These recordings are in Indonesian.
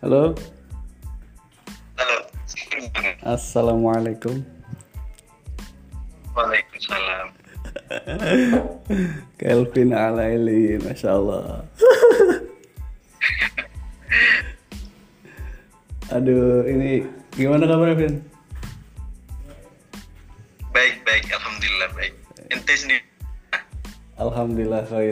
Halo, Halo. assalamualaikum. Waalaikumsalam. Kelvin Alaili, masya Allah. Aduh, ini gimana kabarnya, Vin? Baik, alhamdulillah baik. Ente sendiri? Alhamdulillah khair.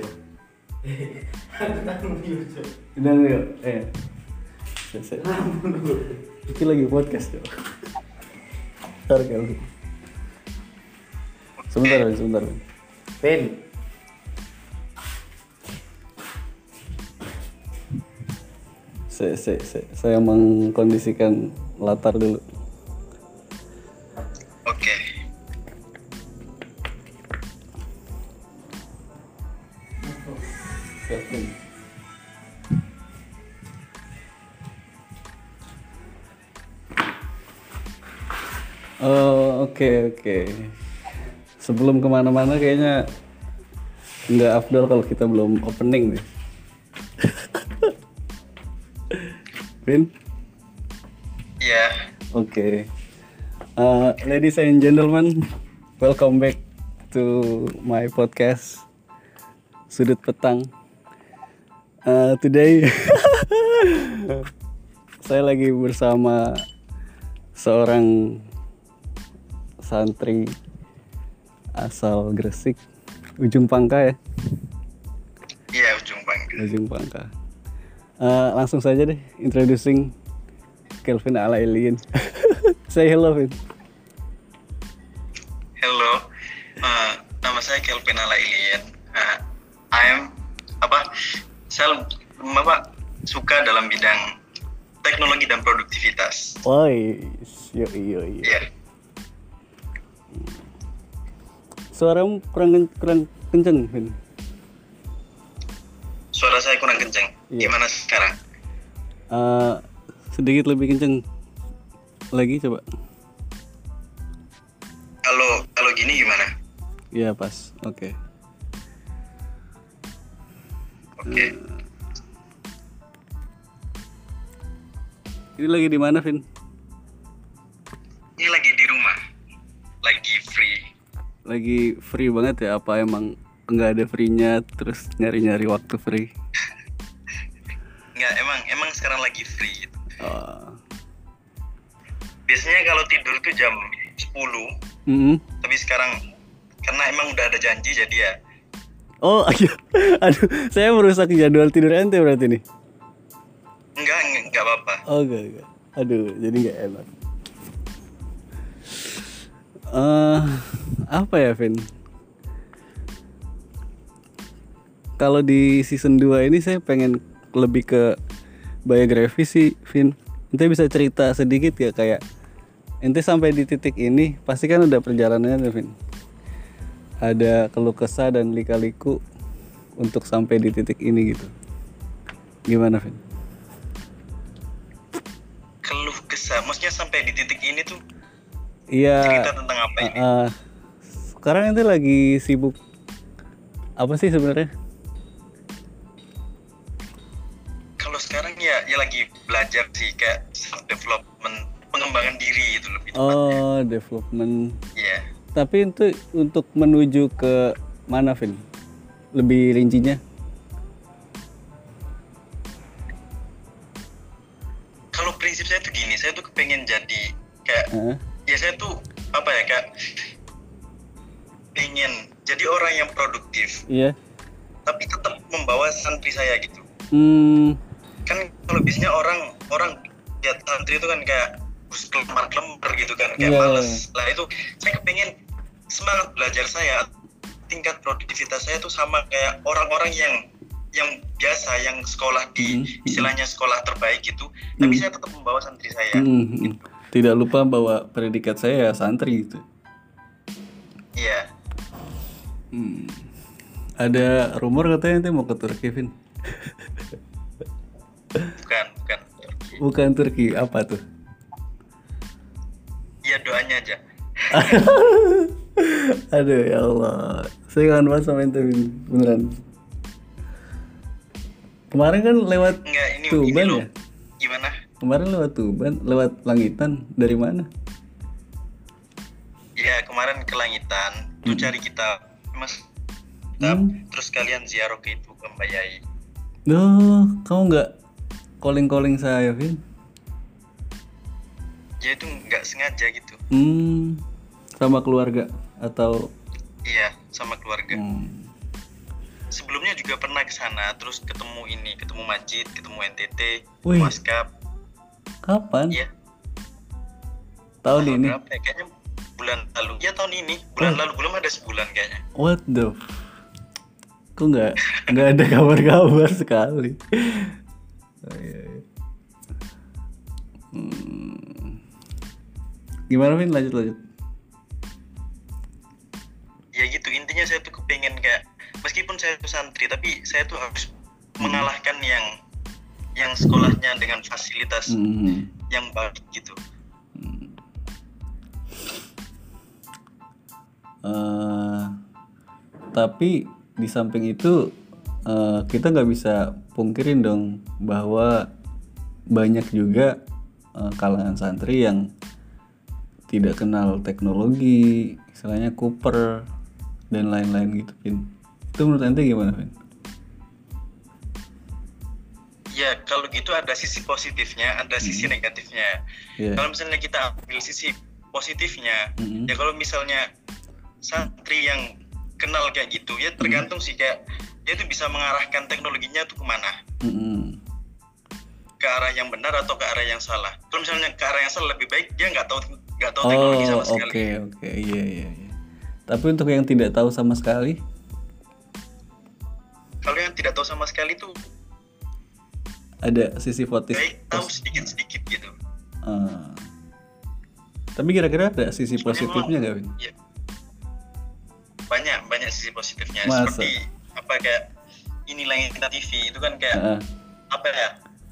Dan yuk, selesai. Ini lagi podcast tuh. Bentar, Kelvin. Sebentar, Vin. Saya mengkondisikan latar dulu. Oke. Oh, oke. Sebelum kemana-mana kayaknya nggak afdol kalau kita belum opening deh. Vin? Ya, Oke. Ladies and gentlemen, welcome back to my podcast Sudut Petang. Today saya lagi bersama seorang santri asal Gresik, Ujung Pangka ya. iya Ujung Pangka. Langsung saja deh, introducing Kelvin Alailian. Say hello, Vin. Hello. Nama saya Kelvin Alailian. Saya suka dalam bidang teknologi dan produktivitas. Woi, yo. Iya. Suaramu kurang kenceng, Vin. Suara saya kurang kencang. Iya. Gimana sekarang? Sedikit lebih kenceng lagi, coba. Kalau gini gimana? Iya, pas. Oke. Oke. Ini lagi di mana, Vin? Ini lagi di rumah. Lagi free. Lagi free banget ya? Apa emang nggak ada free-nya terus nyari-nyari waktu free? Nggak, emang sekarang lagi free gitu. Oh. Biasanya kalau tidur tuh jam 10, tapi sekarang karena emang udah ada janji jadi ya. Oh, iya. Aduh, saya merusak jadwal tidur ente berarti nih. Enggak apa-apa. Oh, enggak. Aduh, jadi nggak enak. Apa ya, Vin? Kalau di season 2 ini saya pengen lebih ke biografi sih, Vin. Ente bisa cerita sedikit ya, kayak ente sampai di titik ini pasti kan udah perjalanannya, Vin. Ada keluh kesah dan lika-liku untuk sampai di titik ini gitu. Gimana, Vin? Keluh kesah, maksudnya sampai di titik ini tuh Iya. cerita tentang apa ini? Sekarang ente lagi sibuk apa sih sebenarnya? Kalau sekarang ya lagi belajar sih, kayak self development, pengembangan diri itu lebih tepatnya. Oh, development. Iya. Tapi itu untuk menuju ke mana, Vin? Lebih rincinya? Kalau prinsip saya tuh gini, saya tuh kepengen jadi kayak ya saya tuh kayak pengen jadi orang yang produktif, Iya. tapi tetap membawa santri saya gitu. Kan kalau biasanya orang lihat santri itu kan kayak kelemar gitu kan, kayak males. Lah itu saya kepengen semangat belajar saya, tingkat produktivitas saya tuh sama kayak orang-orang yang biasa, yang sekolah di istilahnya sekolah terbaik gitu, tapi saya tetap membawa santri saya. Gitu. Tidak lupa bawa predikat saya santri gitu. Iya. Ada rumor katanya ente mau ke Turki, Vin. Bukan. Bukan Turki, apa tuh? Iya, doanya aja. Aduh ya Allah, saya kangen banget sama ente, beneran. Kemarin kan lewat Enggak, ini Tuban loh. ya? Gimana? Kemarin lewat Tuban, lewat Langitan, dari mana? Iya, kemarin ke Langitan, tuh cari kita Mas. Terus kalian ziarah ke itu ke Mbak Yai. Duh, kamu nggak calling saya, Vin? Ya itu nggak sengaja gitu. Sama keluarga atau? Iya, sama keluarga. Sebelumnya juga pernah ke sana, terus ketemu Majid, ketemu NTT, Maskap. Kapan? Iya. Tahun ini? Berapa ya? Kayaknya bulan lalu. Ya tahun ini. Bulan lalu, belum ada sebulan kayaknya. What the? Kok nggak ada kabar-kabar sekali. Gimana Vin? Lanjut. Ya gitu, intinya saya tuh kepengen kayak, meskipun saya tuh santri, tapi saya tuh harus mengalahkan yang sekolahnya dengan fasilitas yang baik gitu. Tapi di samping itu kita nggak bisa pungkirin dong bahwa banyak juga kalangan santri yang tidak kenal teknologi, istilahnya kuper dan lain-lain gitu, Vin. Itu menurut ente gimana, Vin? Ya kalau gitu ada sisi positifnya, ada sisi negatifnya. Kalau misalnya kita ambil sisi positifnya, ya kalau misalnya santri yang kenal kayak gitu, ya tergantung sih, kayak dia tuh bisa mengarahkan teknologinya tuh kemana, ke arah yang benar atau ke arah yang salah. Kalau misalnya ke arah yang salah, lebih baik dia nggak tahu teknologi sama sekali. Oke, iya. Tapi untuk yang tidak tahu sama sekali, kalau yang tidak tahu sama sekali tuh ada sisi positif. Baik tahu sedikit gitu. Tapi kira-kira ada sisi positifnya nggak, Vin? Ya. Banyak sisi positifnya. Masa? Seperti apa, kayak inilah yang kita TV itu kan kayak apa ya?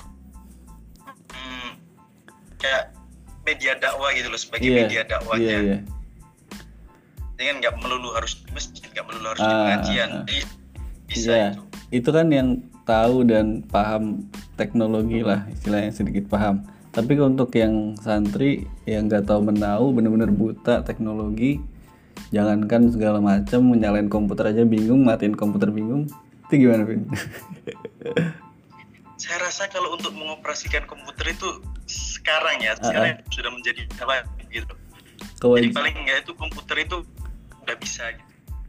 Kayak media dakwah gitu loh, sebagai media dakwahnya. Iya. Jadi kan nggak melulu harus di masjid, nggak melulu harus di pengajian. Jadi bisa itu. Itu kan yang tahu dan paham teknologi lah, istilahnya sedikit paham. Tapi untuk yang santri yang nggak tahu menahu, benar-benar buta teknologi, jangankan segala macam, menyalain komputer aja bingung, matiin komputer bingung, itu gimana, Vin? Saya rasa kalau untuk mengoperasikan komputer itu sekarang sudah menjadi apa gitu. Jadi paling nggak itu komputer itu udah bisa gitu.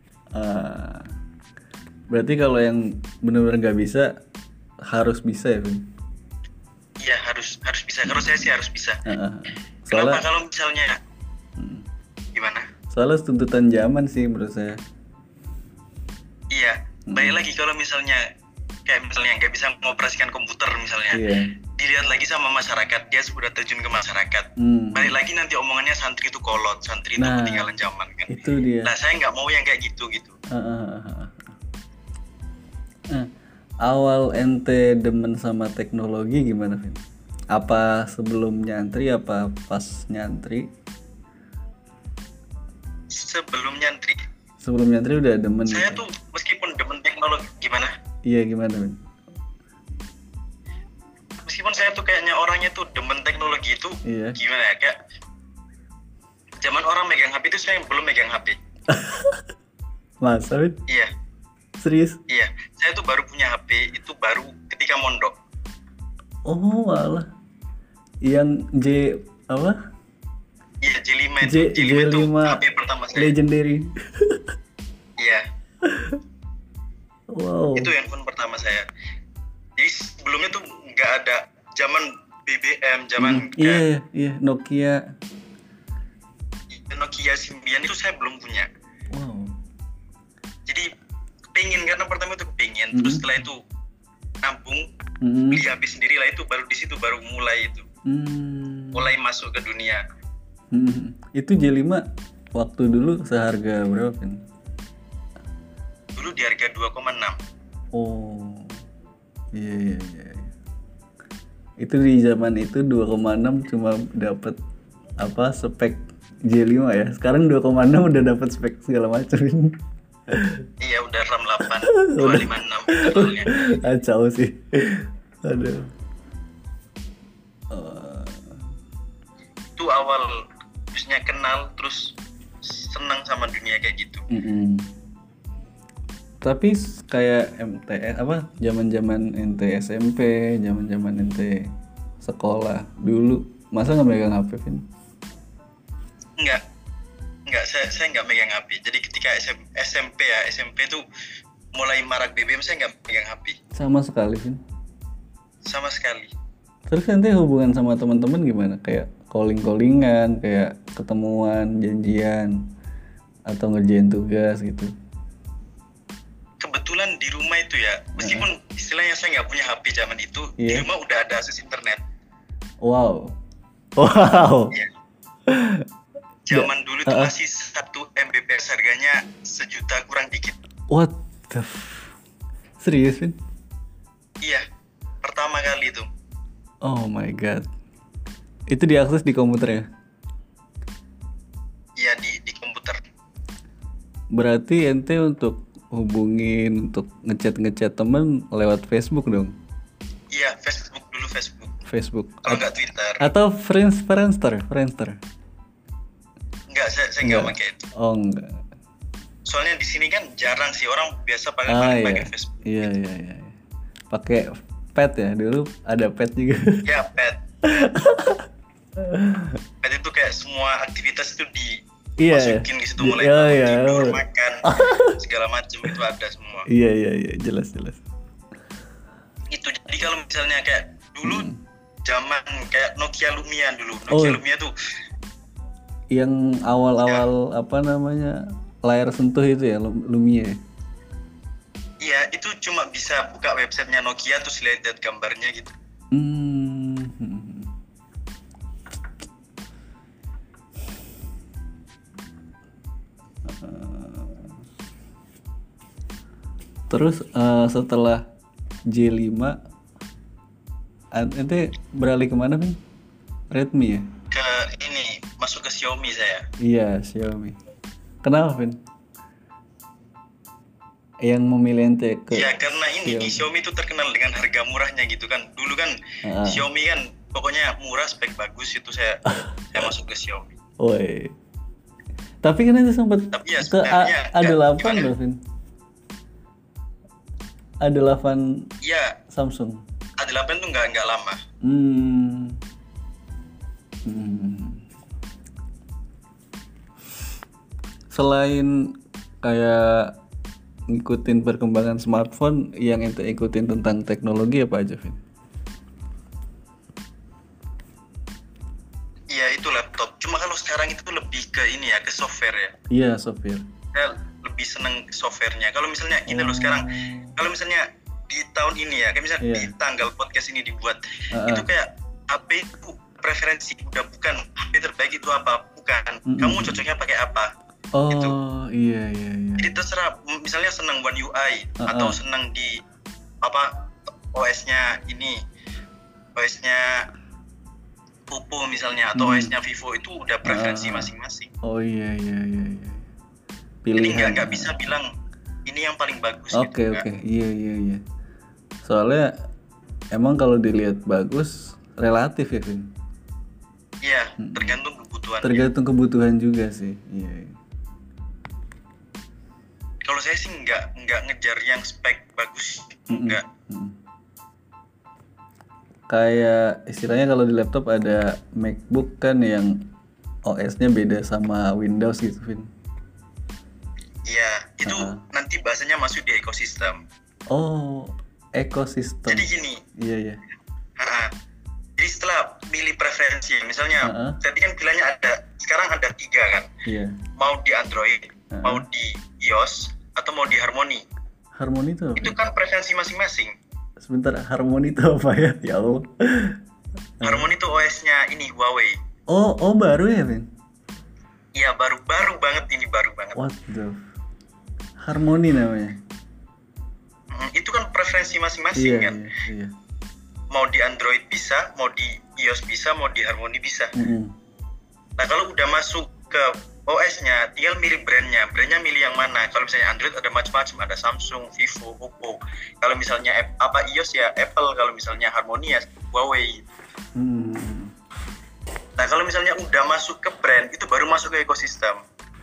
Berarti kalau yang benar-benar nggak bisa, harus bisa ya, Vin? Iya, harus bisa. Kalau saya sih harus bisa. Soalnya, kenapa kalau misalnya gimana? Soalnya tuntutan zaman sih menurut saya. Iya, baik lagi kalau misalnya nggak bisa mengoperasikan komputer misalnya, dilihat lagi sama masyarakat, dia sudah terjun ke masyarakat. Balik lagi nanti omongannya santri itu kolot, santri itu ketinggalan zaman kan. Itu dia. Nah, saya nggak mau yang kayak gitu. Awal ente demen sama teknologi gimana, Vin? Apa sebelum nyantri, apa pas nyantri? Sebelum nyantri. Sebelum nyantri udah demen. Saya tuh meskipun demen teknologi, gimana? Iya, gimana, Vin? Meskipun saya tuh kayaknya orangnya tuh demen teknologi itu, gimana ya? Kayak zaman orang megang HP itu saya belum megang HP. Masa, Vin? Iya. Serius? Iya, saya tuh baru punya HP itu baru ketika mondok. Oh, alah. Yang apa? Iya, J5 itu HP pertama saya. Legendary. Iya. Wow. Itu handphone pertama saya. Jadi sebelumnya tuh nggak ada zaman BBM, zaman Nokia 9 itu saya belum punya. Wow. Jadi pengen, karena pertama itu kepingin, terus setelah itu nabung, beli HP sendiri lah, itu baru di situ baru mulai itu. Mulai masuk ke dunia. Itu J5 waktu dulu seharga berapa, Vin? Dulu di harga 2,6. Oh. Iya. Itu di zaman itu 2,6 cuma dapat spek J5 ya. Sekarang 2,6 udah dapat spek segala macam. Iya, udah RAM 8 256 betulnya. Kacau sih. Aduh. itu awal terusnya kenal terus senang sama dunia kayak gitu. Tapi kayak MTS apa zaman-zaman ente SMP, zaman-zaman ente sekolah dulu, masa nggak megang HP, Vin? Enggak, saya nggak megang HP. Jadi ketika SMP tuh mulai marak BBM, saya nggak megang HP. Sama sekali, Vin. Sama sekali. Terus ente hubungan sama teman-teman gimana? Kayak calling-callingan, kayak ketemuan, janjian, atau ngerjain tugas gitu? Kebetulan di rumah itu ya, meskipun istilahnya saya nggak punya HP zaman itu, di rumah udah ada akses internet. Wow. Ya. Zaman dulu tuh masih 1 Mbps harganya 1 juta kurang dikit. What the serius, Vin? Iya, pertama kali itu. Oh my god. Itu diakses di komputer ya? Iya, di komputer. Berarti ente untuk hubungin, untuk ngechat temen lewat Facebook dong? Iya, Facebook. Kalau nggak Twitter. Atau Friendster? Enggak, saya nggak pakai itu. Oh enggak. Soalnya di sini kan jarang sih orang biasa pakai Facebook. Iya. Pakai pet ya, dulu ada pet juga. Ya, pet. Pet itu kayak semua aktivitas itu masukin di situ, mulai tidur, makan, segala macam itu ada semua. Iya, jelas. Itu jadi kalau misalnya kayak dulu zaman kayak Nokia Lumia dulu. Nokia Lumia tuh yang awal-awal apa namanya? Layar sentuh itu ya, Lumia. Iya, itu cuma bisa buka websitenya Nokia terus lihat gambarnya gitu. Terus setelah J5 ente beralih kemana, Vin? Redmi ya? Masuk ke Xiaomi saya. Iya, Xiaomi. Kenapa, Vin? Yang memilih ente ke ya karena ini di Xiaomi itu terkenal dengan harga murahnya gitu kan. Dulu kan Xiaomi kan pokoknya murah, spek bagus, itu saya masuk ke Xiaomi. Woi. Tapi kan itu sempat ke A8 loh, Vin. A8 iya, Samsung. A8 tuh nggak lama. Selain kayak ngikutin perkembangan smartphone, yang ente ikutin tentang teknologi apa aja, Vin? Iya, itu laptop. Cuma kalau sekarang itu lebih ke ini ya, ke software ya. Iya, software. Saya lebih seneng softwarenya. Kalau misalnya ini loh sekarang, kalau misalnya di tahun ini ya, kayak misalnya di tanggal podcast ini dibuat, itu kayak HP itu preferensi, udah bukan HP terbaik itu apa, bukan. Kamu cocoknya pakai apa? Gitu. Iya. Jadi terserah, misalnya seneng One UI atau seneng di apa OS-nya ini, OS-nya Oppo misalnya atau OS-nya Vivo, itu udah preferensi masing-masing. Oh iya. Pilihan. Jadi nggak bisa bilang ini yang paling bagus. Oke. Iya. Soalnya emang kalau dilihat bagus relatif ya, Vin. Iya, tergantung kebutuhan. Tergantung kebutuhan juga sih. Iya. Kalau saya sih nggak ngejar yang spek bagus, nggak. Kayak istilahnya kalau di laptop ada MacBook kan yang OS-nya beda sama Windows gitu, Vin. Iya, itu nanti bahasanya masuk di ekosistem. Oh, ekosistem. Jadi gini. Iya. Jadi setelah milih preferensi, misalnya tadi kan pilihannya sekarang ada 3 kan. Iya. Mau di Android, mau di iOS, atau mau di Harmony. Harmony itu apa? Itu kan preferensi masing-masing. Sebentar, Harmony itu apa ya? Ya Allah. Harmony itu OS-nya ini Huawei. Oh baru ya, Vin? Iya, baru banget ini, baru banget. What the? Harmony namanya. Itu kan preferensi masing-masing kan. Iya. Mau di Android bisa, mau di iOS bisa, mau di Harmony bisa. Nah, kalau udah masuk ke OS-nya, tinggal milih brandnya milih yang mana. Kalau misalnya Android ada macam-macam, ada Samsung, Vivo, Oppo. Kalau misalnya iOS ya Apple, kalau misalnya Harmony ya Huawei. Nah kalau misalnya udah masuk ke brand itu baru masuk ke ekosistem.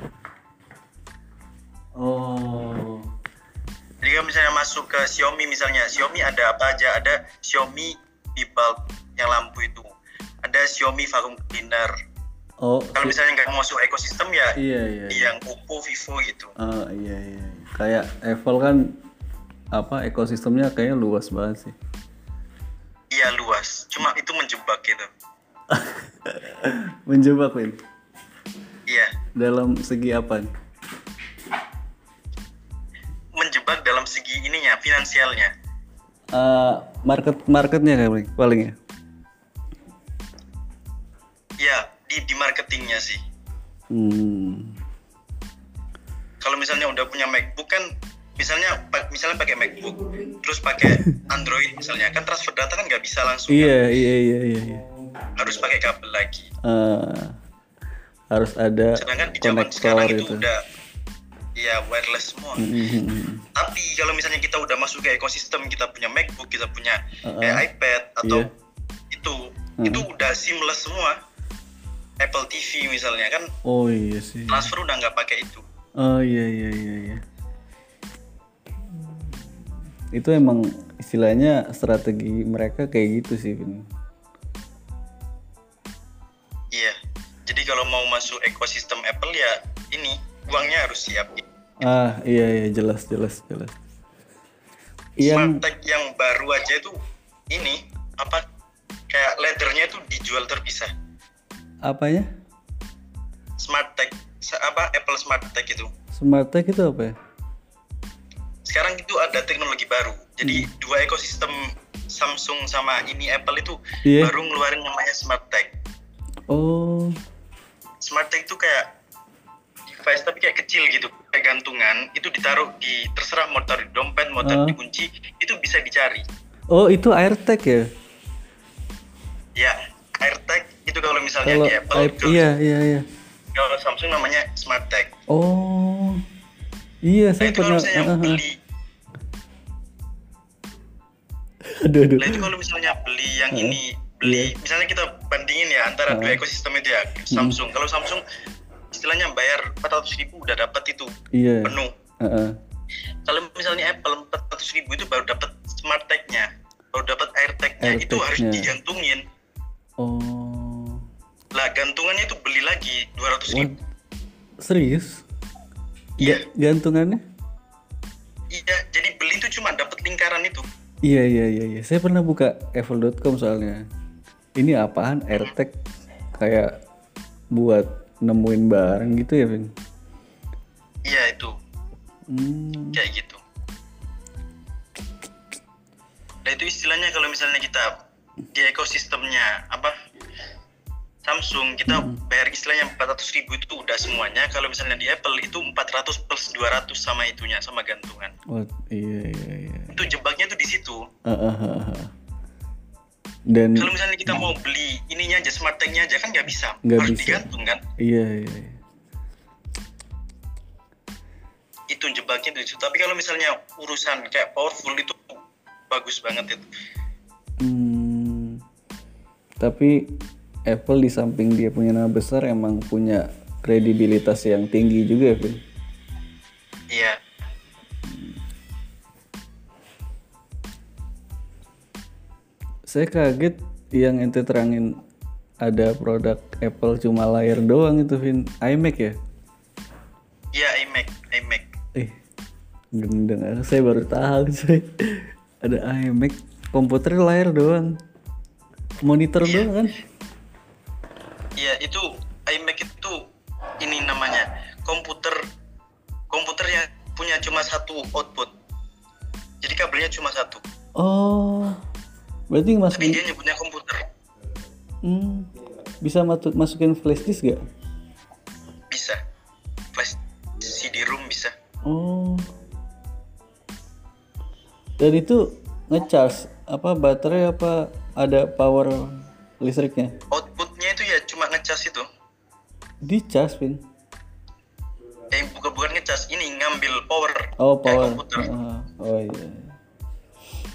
Oh. Jadi kalau misalnya masuk ke Xiaomi misalnya, Xiaomi ada apa aja? Ada Xiaomi Mi Bulb yang lampu itu, ada Xiaomi vacuum cleaner. Oh. Kalau misalnya nggak masuk ekosistem ya, iya. yang Oppo, Vivo gitu. Oh iya. Kayak Apple kan apa ekosistemnya kayaknya luas banget sih. Iya luas, cuma itu menjebak gitu. Menjebak, Win? Iya. Dalam segi apa? Menjebak dalam segi ininya, finansialnya. Marketnya kayak paling ya. Iya, di marketingnya sih. Kalau misalnya udah punya MacBook kan, misalnya pakai MacBook, terus pakai Android misalnya, kan transfer data kan nggak bisa langsung. Iya. Harus pakai kabel lagi. Harus ada sedangkan di zaman sekarang itu gitu. udah ya wireless semua. Tapi kalau misalnya kita udah masuk ke ekosistem, kita punya MacBook, kita punya iPad atau itu udah seamless semua. Apple TV misalnya kan. Oh iya sih. Transfer udah nggak pakai itu. Oh iya. Itu emang istilahnya strategi mereka kayak gitu sih, Vin. Iya. Jadi kalau mau masuk ekosistem Apple ya ini uangnya harus siap. Iya jelas. SmartTag yang baru aja itu ini apa kayak leathernya itu dijual terpisah. Apanya? SmartTag apa Apple SmartTag itu. SmartTag itu apa ya? Sekarang itu ada teknologi baru. Jadi dua ekosistem Samsung sama ini Apple itu baru ngeluarin namanya SmartTag. Oh. SmartTag itu kayak device tapi kayak kecil gitu, kayak gantungan, itu ditaruh di terserah mau taruh di dompet, mau taruh di kunci, itu bisa dicari. Oh, itu AirTag ya? Ya, AirTag itu kalau misalnya di Apple. Iya. Kalau Samsung namanya SmartTag. Oh. Iya, saya itu pernah. Kalau misalnya beli. Aduh. Nah, itu kalau misalnya beli yang ini, misalnya kita bandingin ya antara dua ekosistem itu ya, Samsung. Kalau Samsung istilahnya bayar 400.000 udah dapat itu penuh. Kalau misalnya Apple 400.000 itu baru dapat SmartTag-nya, baru dapat AirTag-nya, itu harus digantungin. Oh. Lah gantungannya itu beli lagi 200.000. Serius? Iya. Gantungannya? Iya, jadi beli itu cuma dapat lingkaran itu. Iya. Saya pernah buka apple.com soalnya. Ini apaan? AirTag kayak buat nemuin barang gitu ya, Vin? Iya itu. Kayak gitu. Nah itu istilahnya kalau misalnya kita di ekosistemnya apa Samsung kita bayar istilahnya 400.000 itu udah semuanya. Kalau misalnya di Apple itu 400 plus 200 sama itunya, sama gantungan. Oh iya. Itu jebaknya tuh di situ. Dan kalau misalnya kita mau beli ininya aja, SmartTag-nya aja kan nggak bisa, harus digantung kan? Iya. Itu jebaknya di situ. Tapi kalau misalnya urusan kayak powerful itu bagus banget itu. Tapi Apple di samping dia punya nama besar emang punya kredibilitas yang tinggi juga ya, Vin? Iya. Saya kaget yang ente terangin ada produk Apple cuma layar doang itu, Vin. iMac ya? Iya, iMac. Gendeng, saya baru tahu sih. Ada iMac, komputer layar doang. Monitor doang kan? Iya, itu iMac itu ini namanya komputer yang punya cuma satu output. Jadi kabelnya cuma satu. Oh. Berarti tapi dia nyebutnya komputer. Bisa masukin flash disk gak? Bisa. Flash CD-ROM bisa. Oh. Dan itu ngecas apa baterai apa ada power listriknya? Outputnya itu ya cuma ngecas itu. Dicas, Vin? Bukan ngecas, ini ngambil power. Oh, power. Oh iya.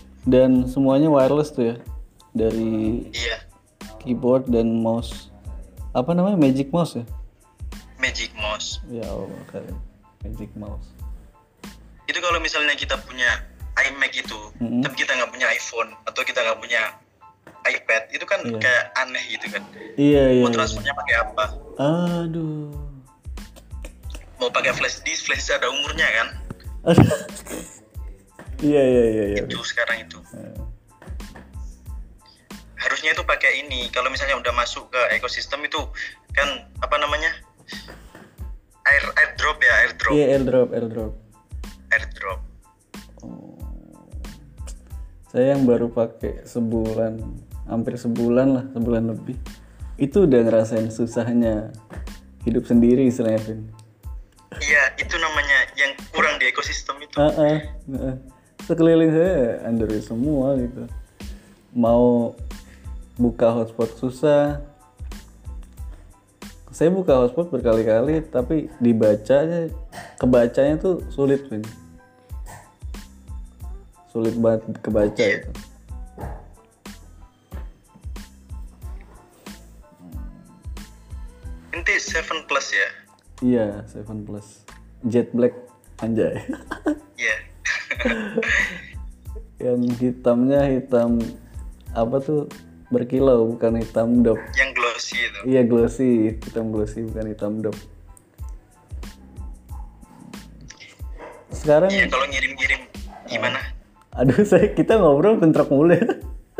Dan semuanya wireless tuh ya? Dari keyboard dan mouse. Apa namanya, Magic Mouse ya? Magic Mouse. Ya Allah, keren. Magic Mouse. Itu kalau misalnya kita punya iMac itu, tapi kita nggak punya iPhone atau kita nggak punya iPad, itu kan kayak aneh gitu kan. Iya. Mau transfernya pakai apa? Aduh. Mau pakai flash disk ada umurnya kan? Iya. Itu sekarang itu. Harusnya itu pakai ini. Kalau misalnya udah masuk ke ekosistem itu kan apa namanya? AirDrop ya, AirDrop. Iya, AirDrop. Oh. Saya yang baru pakai sebulan, hampir sebulan lah, sebulan lebih. Itu udah ngerasain susahnya hidup sendiri istilahnya, Vin. Iya, itu namanya yang kurang di ekosistem itu. Sekeliling saya Android semua gitu. Mau buka hotspot susah. Saya buka hotspot berkali-kali, tapi kebacanya tuh sulit, Vin. Sulit banget kebaca itu. Nanti 7 Plus ya? Iya, 7 Plus. Jet Black, anjay. Iya. Yang hitamnya hitam apa tuh, berkilau, bukan hitam dop. Yang glossy itu. Iya, glossy, hitam glossy, bukan hitam dop. Sekarang iya, kalau ngirim-ngirim gimana? Aduh, kita ngobrol bentrok mulu ya.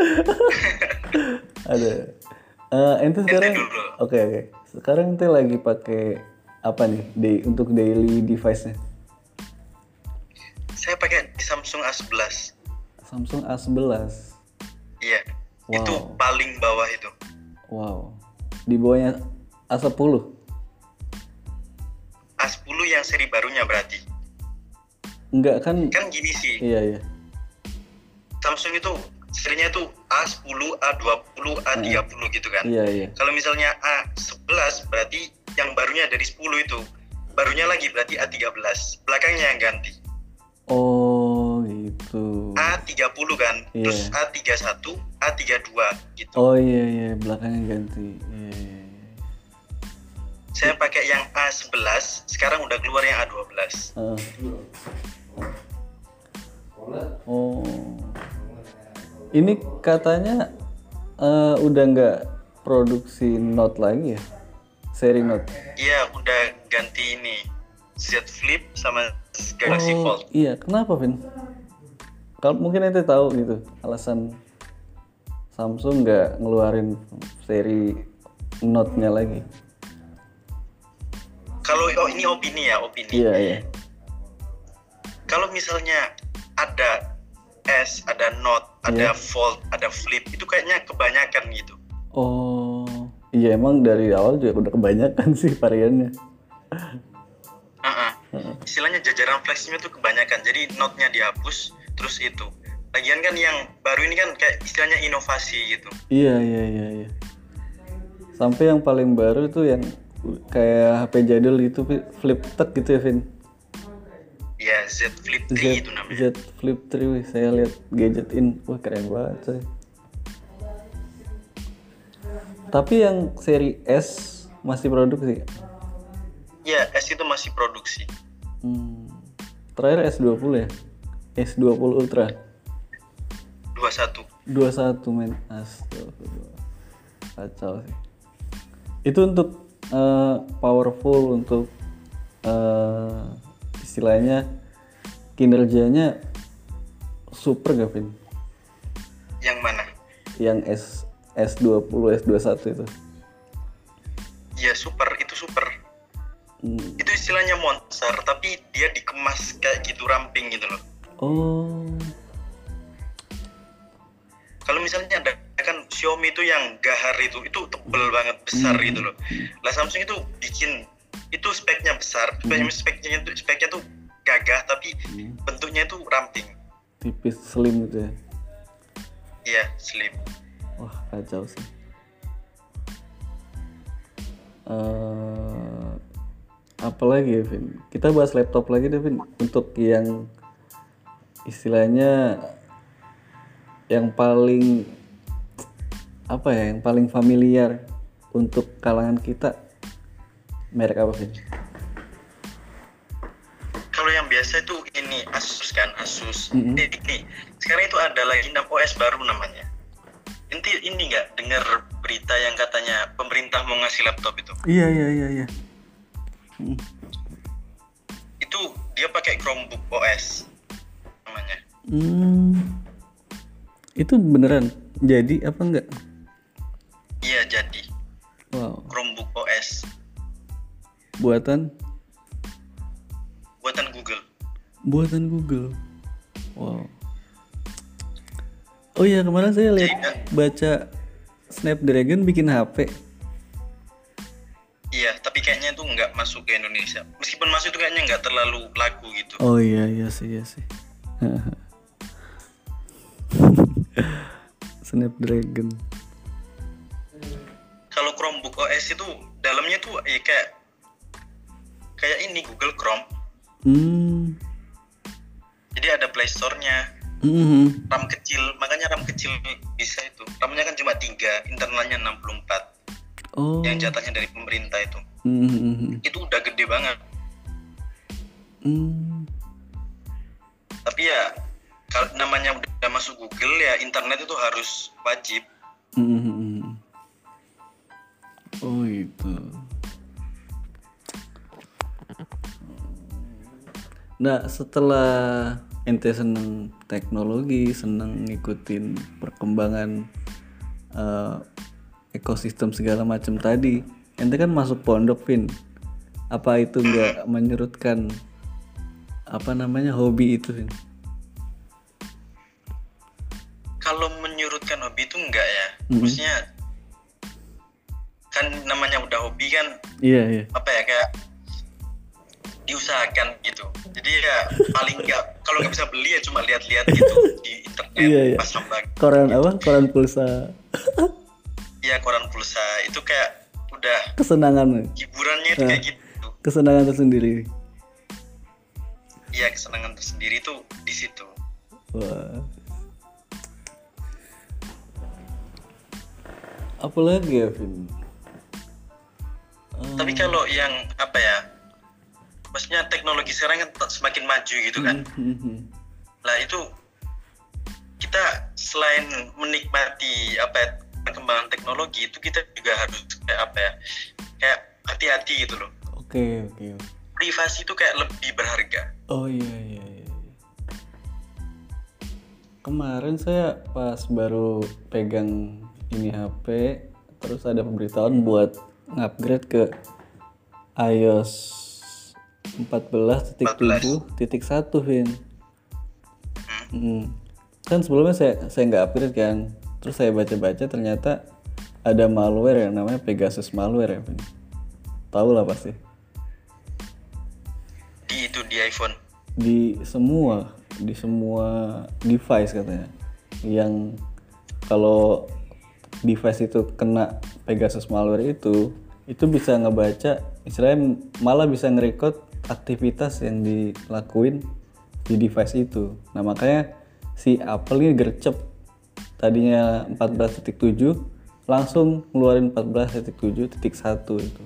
Ada. Ente sekarang Oke. Sekarang ente lagi pakai apa nih untuk daily device-nya? Saya pakai Samsung A11. Samsung A11. Iya. Wow. Itu paling bawah itu. Wow. Di bawahnya A10. A10 yang seri barunya berarti. Enggak kan? Kan gini sih. Iya. Samsung itu serinya itu A10, A20, A30 gitu kan. Iya. Kalau misalnya A11 berarti yang barunya dari 10 itu. Barunya lagi berarti A13. Belakangnya yang ganti. Oh, gitu. A30 kan. Iya. Terus A31, A32 gitu. Oh iya, belakangnya ganti. Iya. Saya pakai yang A11, sekarang udah keluar yang A12. Oh. Ini katanya udah nggak produksi Note lagi ya? Seri Note? Iya, udah ganti ini Z Flip sama Galaxy Fold. Iya, kenapa, Vin? Kalau mungkin ente tahu gitu alasan Samsung nggak ngeluarin seri Note-nya lagi. Kalau ini opini. Iya. Kalau misalnya ada S, ada Note, ada Fold, ada Flip, itu kayaknya kebanyakan gitu. Oh, iya emang dari awal juga udah kebanyakan sih variannya. Istilahnya jajaran flashnya tuh kebanyakan, jadi Note-nya dihapus, terus itu. Lagian kan yang baru ini kan kayak istilahnya inovasi gitu. Iya. Sampai yang paling baru itu yang kayak HP jadul itu Flip Tab gitu ya, Vin? Iya, Z Flip 3 itu namanya. Z Flip 3, saya lihat Gadgetin, wah keren banget coy. Tapi yang seri S masih produksi? Iya, S itu masih produksi. Terakhir S20 ya? S20 Ultra? 21 men, astagfirullah. Kacau sih. Itu untuk powerful, untuk istilahnya kinerjanya super gak, Vin? Yang mana? Yang S20, S21 itu. Iya, itu super. Itu istilahnya monster, tapi dia dikemas kayak gitu ramping gitu loh. Oh. Kalau misalnya ada kan Xiaomi itu yang gahar itu tebel banget, besar gitu loh. Lah Samsung itu bikin itu speknya besar, speknya tuh gagah tapi bentuknya itu ramping. Tipis, slim gitu ya. Iya, slim. Wah, kacau sih. Apalagi ya, Vin? Kita bahas laptop lagi deh, Vin. Untuk yang istilahnya yang paling yang paling familiar untuk kalangan kita merek apa sih? Kalau yang biasa itu ini Asus kan, Asus. Ini sekarang itu ada lagi OS baru namanya. Ini nggak dengar berita yang katanya pemerintah mau ngasih laptop itu? Iya. Itu dia pakai Chromebook OS namanya. Itu beneran jadi apa enggak? Iya jadi. Wow. Chromebook OS. Buatan Google. Buatan Google. Wow. Oh iya, kemarin saya lihat baca Snapdragon bikin HP. Iya, tapi kayaknya itu nggak masuk ke Indonesia. Meskipun masuk itu kayaknya nggak terlalu laku gitu. Oh iya sih. Snapdragon. Kalau Chromebook OS itu dalamnya tuh ya kayak ini Google Chrome. Jadi ada Play Store-nya. RAM kecil, makanya RAM kecil bisa itu. RAM-nya kan cuma 3, internalnya 64. Oh. Yang jatahnya dari pemerintah itu. Itu udah gede banget. Tapi ya kalau namanya udah masuk Google ya internet itu harus wajib. Oh itu. Nah setelah ente seneng teknologi, seneng ngikutin perkembangan ekosistem segala macam tadi, ente kan masuk pondok, Vin. Apa itu nggak menyurutkan hobi itu, Vin? Kalau menyurutkan hobi itu enggak ya. Maksudnya kan namanya udah hobi kan. Iya. Apa ya, kayak diusahakan gitu. Jadi ya paling nggak, kalau nggak bisa beli ya cuma lihat-lihat gitu di internet. Iya. Pas sampai Koran apa? Koran pulsa. Iya, koran pulsa itu kayak udah Kesenangan. hiburannya itu kayak gitu. Kesenangan tersendiri. Iya, kesenangan tersendiri tuh di situ. Wah. Apalagi ya, Vin? Tapi kalau yang apa ya, maksudnya teknologi sekarang kan semakin maju gitu kan. Lah itu kita selain menikmati perkembangan teknologi itu, kita juga harus kayak hati-hati gitu loh. Oke. Privasi itu kayak lebih berharga. Oh iya. Kemarin saya pas baru pegang ini HP, terus ada pemberitahuan buat ngupgrade ke iOS 14.7.1, Vin. Kan sebelumnya saya nggak upgrade kan, terus saya baca-baca ternyata ada malware yang namanya Pegasus malware ya, Vin. Tahu lah pasti. Di iPhone. Di semua device katanya. Yang kalau device itu kena Pegasus malware itu bisa ngebaca, istilahnya malah bisa nge-record aktivitas yang dilakuin di device itu. Nah makanya si Apple ini gercep, tadinya 14.7 langsung ngeluarin 14.7.1 itu.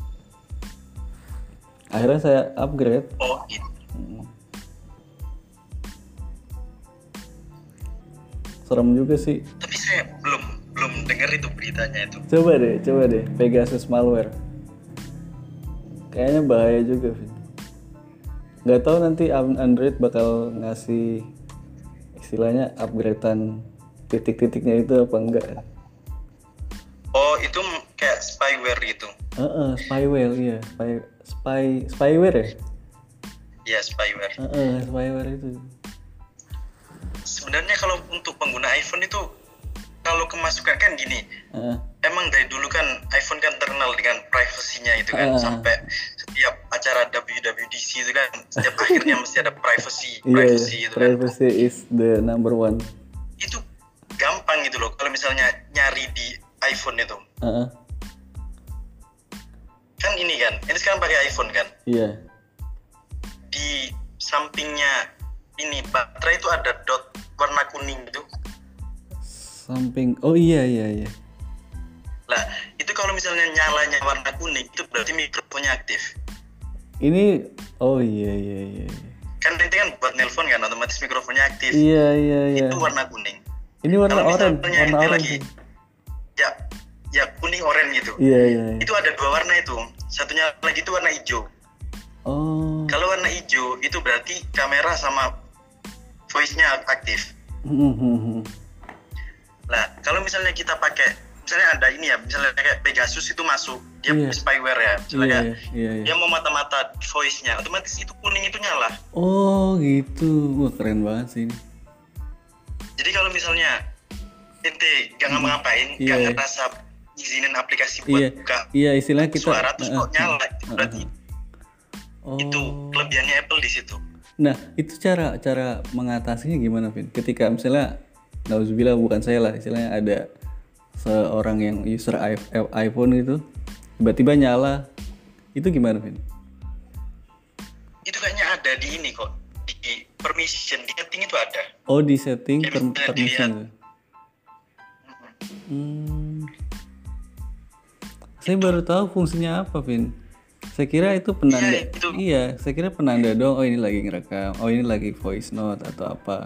Akhirnya saya upgrade. Oh gitu. Serem juga sih. Tapi saya belum dengar itu beritanya itu. Coba deh Pegasus malware. Kayaknya bahaya juga, Vin. Nggak tahu nanti Android bakal ngasih istilahnya upgradean titik-titiknya itu apa enggak. Oh, itu kayak spyware gitu. Spyware, iya. Spyware ya? Iya, spyware. Spyware itu. Sebenarnya kalau untuk pengguna iPhone itu, kalau kemasukan kan gini, emang dari dulu kan iPhone kan terkenal dengan privasinya itu kan, sampai setiap acara WWDC itu kan setiap akhirnya mesti ada privacy itu privacy kan. is the number one. Itu gampang gitu loh kalau misalnya nyari di iPhone itu. Kan ini sekarang pakai iPhone kan. Iya. Di sampingnya ini baterai itu ada dot warna kuning gitu. Oh iya. Lah, itu kalau misalnya nyalanya warna kuning itu berarti mikrofonnya aktif. Ini iya. Kan nanti kan buat nelpon kan otomatis mikrofonnya aktif. Iya. Itu warna kuning. Ini warna oranye. Warna oranye. Ya kuning oranye gitu. Iya. Itu ada 2 warna itu. Satunya lagi itu warna hijau. Oh. Kalau warna hijau itu berarti kamera sama voice-nya aktif. Nah, kalau misalnya kita pakai, misalnya ada ini ya, misalnya kayak Pegasus itu masuk, dia spyware ya, misalnya dia mau mata-mata voice-nya, otomatis itu kuning itu nyala. Oh gitu, wah keren banget sih ini. Jadi kalau misalnya ente gak ngapain, gak ngerasa izinin aplikasi buat buka istilahnya kita suara terus kok nyala, berarti itu kelebihannya Apple di situ. Nah, itu cara mengatasinya gimana, Vin? Ketika misalnya, nauzubillah bukan saya lah, istilahnya ada seorang yang user iPhone itu tiba-tiba nyala, itu gimana, Vin? Itu kayaknya ada di ini kok, di permission, di setting itu ada. Oh, di setting permission. Saya baru tahu fungsinya apa, Vin. Saya kira itu penanda. Iya, saya kira penanda dong. Oh, ini lagi ngerekam. Oh, ini lagi voice note atau apa.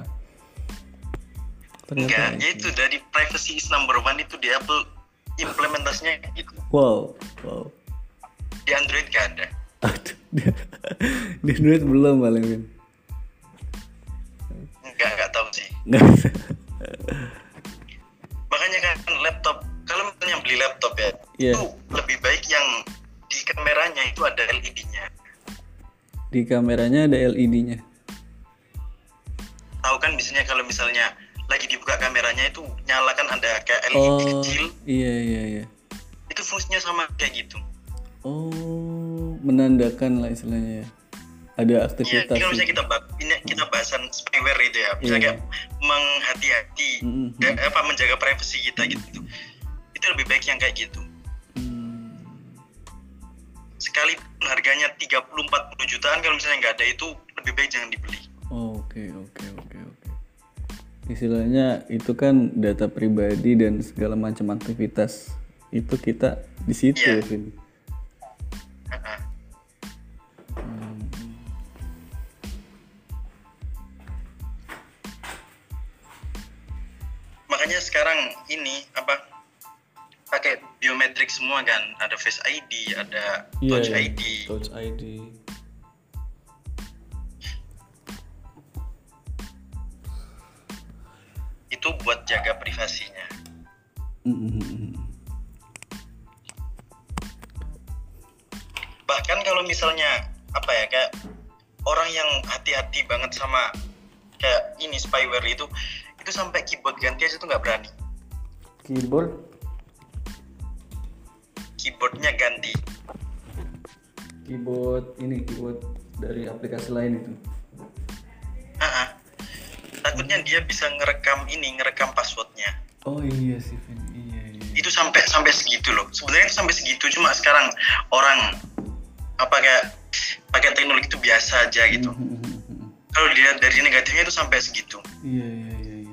Enggak, ya itu dari privacy is number one itu di Apple implementasinya gitu. Wow. Di Android gak ada. Di Android belum paling, Vin. Enggak tahu sih. Makanya kan laptop, kalau misalnya beli laptop ya, itu lebih baik yang di kameranya itu ada LED-nya. Di kameranya ada LED-nya. Tahu kan biasanya kalau misalnya lagi dibuka kameranya itu nyala kan ada kayak LED kecil. Iya. Itu fungsinya sama kayak gitu. Oh, menandakan lah istilahnya ya. Ada aktivitas. Iya, kalau misalnya kita bahasan spyware itu ya, misalnya kayak menghati-hati, menjaga privasi kita gitu. Itu lebih baik yang kayak gitu. Sekalipun harganya 30-40 jutaan, kalau misalnya nggak ada itu lebih baik jangan dibeli. Oke. Istilahnya itu kan data pribadi dan segala macam aktivitas itu kita di situ ya, Vin. Makanya sekarang ini pakai biometrik semua kan, ada Face ID, ada Touch ID. Touch ID. Itu buat jaga privasinya. Bahkan kalau misalnya kayak orang yang hati-hati banget sama kayak ini spyware itu sampai keyboard ganti aja tuh nggak berani. Keyboardnya ganti. Keyboard dari aplikasi lain itu. Takutnya dia bisa ngerekam passwordnya. Oh iya sih, Vin. Iya. Itu sampai segitu loh. Sebenarnya itu sampai segitu, cuma sekarang orang kayak pakai teknologi itu biasa aja gitu. Kalau dilihat dari negatifnya itu sampai segitu. Iya.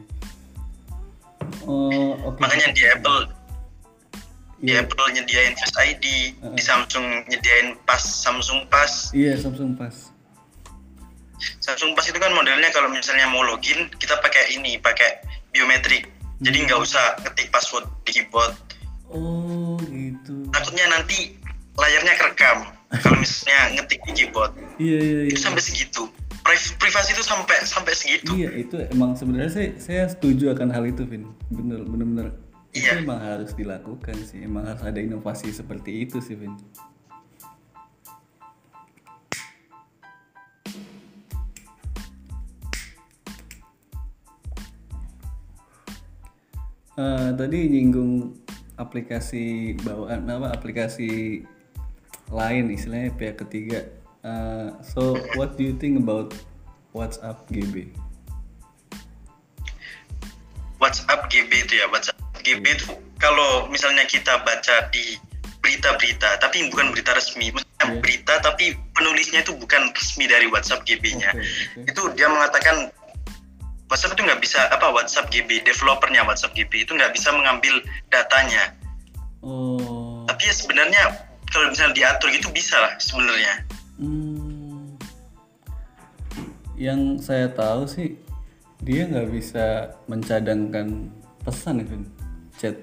Oh, okay. Makanya di Apple nyediain Face ID, di Samsung nyediain Samsung Pass. Iya, Samsung Pass. Samsung Pass itu kan modelnya kalau misalnya mau login kita pakai biometrik. Jadi nggak usah ketik password di keyboard. Oh gitu. Takutnya nanti layarnya kerekam kalau misalnya ngetik di keyboard. Iya. Itu sampai segitu. Privasi itu sampai segitu. Iya, itu emang sebenarnya saya setuju akan hal itu, Vin. Bener. Itu emang harus dilakukan sih. Emang harus ada inovasi seperti itu sih, Vin. Tadi nyinggung aplikasi bawaan aplikasi lain istilahnya pihak ketiga. So what do you think about WhatsApp GB? WhatsApp GB itu ya, WhatsApp GB itu kalau misalnya kita baca di berita-berita, tapi bukan berita resmi, maksudnya berita tapi penulisnya itu bukan resmi dari WhatsApp GB-nya. Itu dia mengatakan WhatsApp itu nggak bisa WhatsApp GB, developernya WhatsApp GB itu nggak bisa mengambil datanya. Oh. Tapi Tapi ya sebenarnya kalau misalnya diatur gitu bisa lah sebenarnya. Yang saya tahu sih dia nggak bisa mencadangkan pesan itu chat.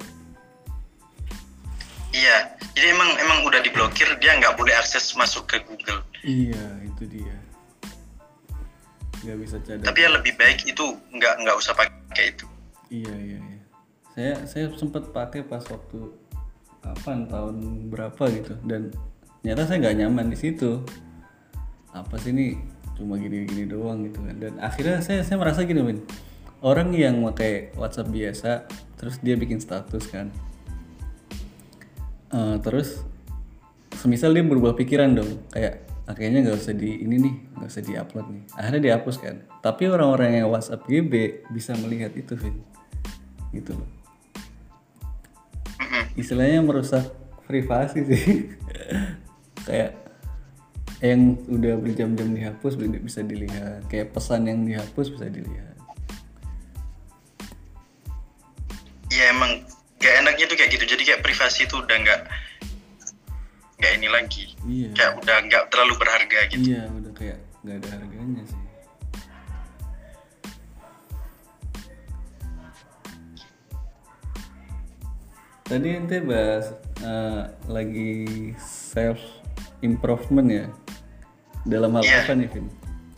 Iya, jadi emang udah diblokir, dia nggak boleh akses masuk ke Google. Iya, itu dia. Nggak bisa cadang. Tapi ya lebih baik itu nggak usah pakai itu. Iya. Saya sempat pakai pas waktu kapan tahun berapa gitu, dan ternyata saya nggak nyaman di situ. Apa sih ini cuma gini-gini doang gitu kan. Dan akhirnya saya merasa gini, Min. Orang yang pakai WhatsApp biasa, terus dia bikin status kan. Terus semisal dia berubah pikiran dong, kayak kayaknya nggak usah nggak usah diupload nih. Akhirnya dihapus kan. Tapi orang-orang yang WhatsApp GB bisa melihat itu, Vin. Gitu loh. Istilahnya merusak privasi sih. Kayak yang udah berjam-jam dihapus bisa dilihat, kayak pesan yang dihapus bisa dilihat. Ya emang gak enaknya tuh kayak gitu, jadi kayak privasi tuh udah nggak ini lagi. Iya. Kayak udah nggak terlalu berharga gitu. Iya, udah kayak nggak ada harganya sih. Tadi ente bahas lagi self improvement ya. Dalam hal apa nih, Vin?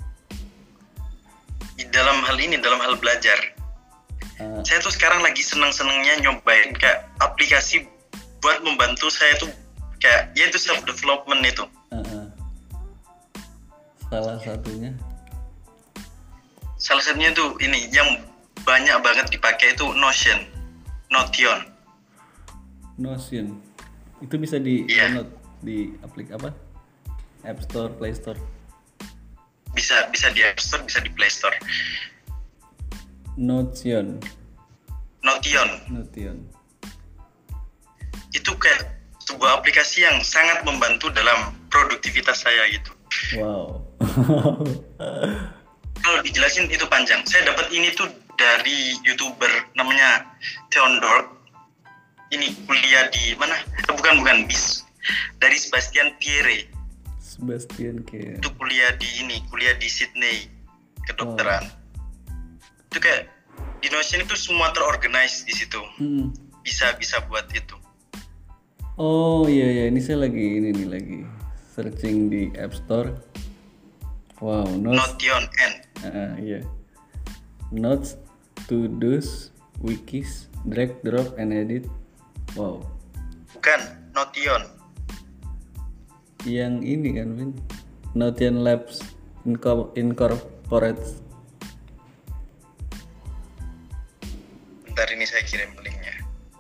Dalam hal belajar. Saya tuh sekarang lagi seneng-senengnya nyobain kayak aplikasi buat membantu saya tuh kayak ya itu self development itu. Salah satunya tuh ini yang banyak banget dipakai itu Notion. Itu bisa di download di aplikasi apa? App Store, Play Store. Bisa di App Store, bisa di Play Store. Notion. Itu kayak sebuah aplikasi yang sangat membantu dalam produktivitas saya gitu. Wow. Kalau dijelasin itu panjang. Saya dapat ini tuh dari YouTuber namanya Theondor. Ini kuliah di mana? Bukan dari Sebastian Pierre. Itu kuliah di Sydney kedokteran. Itu kayak di Notion itu semua terorganize di situ. Bisa buat itu. Oh iya, ini saya lagi searching di App Store. Wow, Notion. Iya. Notes, to dos, wikis, drag, drop, and edit. Wow. Bukan Notion. Yang ini kan, Vin. Notion Labs Incorporates. Bentar, ini saya kirim linknya.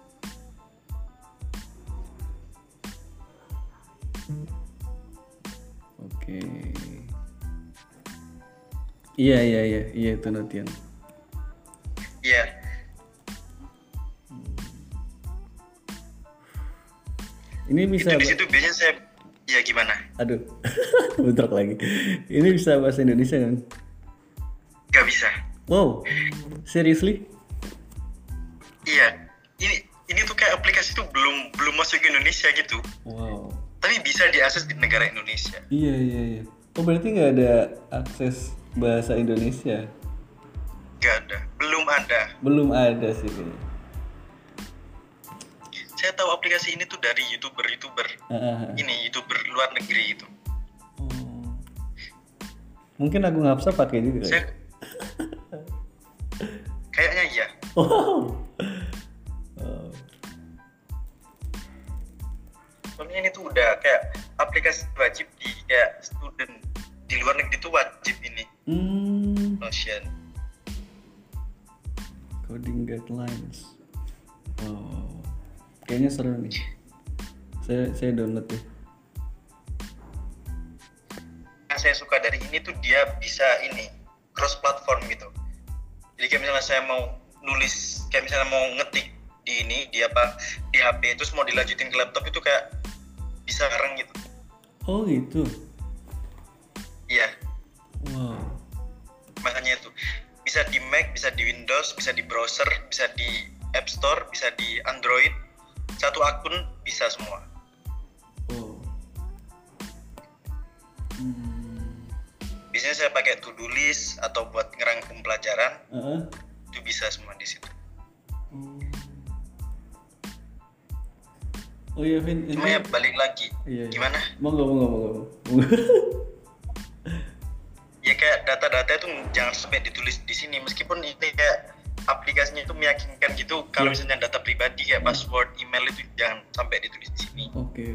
Oke. Iya itu Notion. Iya. Ini bisa di situ biasanya saya gimana? Aduh. Bentrok lagi. Ini bisa bahasa Indonesia kan? Gak bisa. Wow. Seriously? Iya. Ini tuh kayak aplikasi tuh belum masuk ke Indonesia gitu. Wow. Tapi bisa diakses di negara Indonesia. Iya. Oh berarti nggak ada akses bahasa Indonesia? Nggak ada. Belum ada sih kayaknya. Saya tahu aplikasi ini tuh dari YouTuber. Ini YouTuber luar negeri itu. Oh. Mungkin aku Ngapsa pakai juga. Kayaknya iya. Wow. Soalnya ini tuh udah kayak aplikasi wajib di kayak student di luar negeri tuh wajib ini. Notion. Coding guidelines. Wow. Kayaknya seru nih. Saya download deh. Yang saya suka dari ini tuh dia bisa ini cross platform gitu. Jadi kayak misalnya saya mau nulis, kayak misalnya mau ngetik di HP terus mau dilanjutin ke laptop itu kayak bisa bareng gitu. Oh gitu. Iya. Wow. Makanya itu bisa di Mac, bisa di Windows, bisa di browser, bisa di App Store, bisa di Android. Satu akun bisa semua. biasanya saya pakai to-do list atau buat ngerangkum pelajaran. Itu bisa semua di situ. Oh iya Vin, cuma ya balik lagi. Iya. Gimana? Monggo. Ya kayak data-data itu jangan sampai ditulis di sini, meskipun ini kayak aplikasinya itu meyakinkan gitu. Kalau misalnya data pribadi kayak password, email itu jangan sampai ditulis di sini. Oke.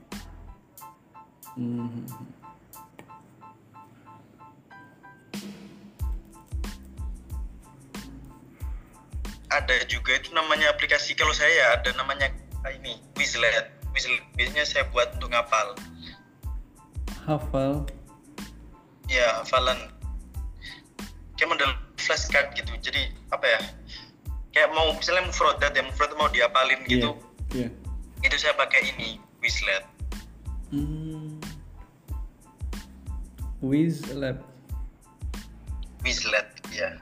Ada juga itu namanya aplikasi, kalau saya ada namanya ini Quizlet. Biasanya saya buat untuk ngapal. Hafal? Ya, hafalan. Kayak model flashcard gitu. Jadi apa ya? Kayak mau misalnya mufradat mau diapalin gitu. Iya. Itu saya pakai ini Quizlet. Quizlet, ya.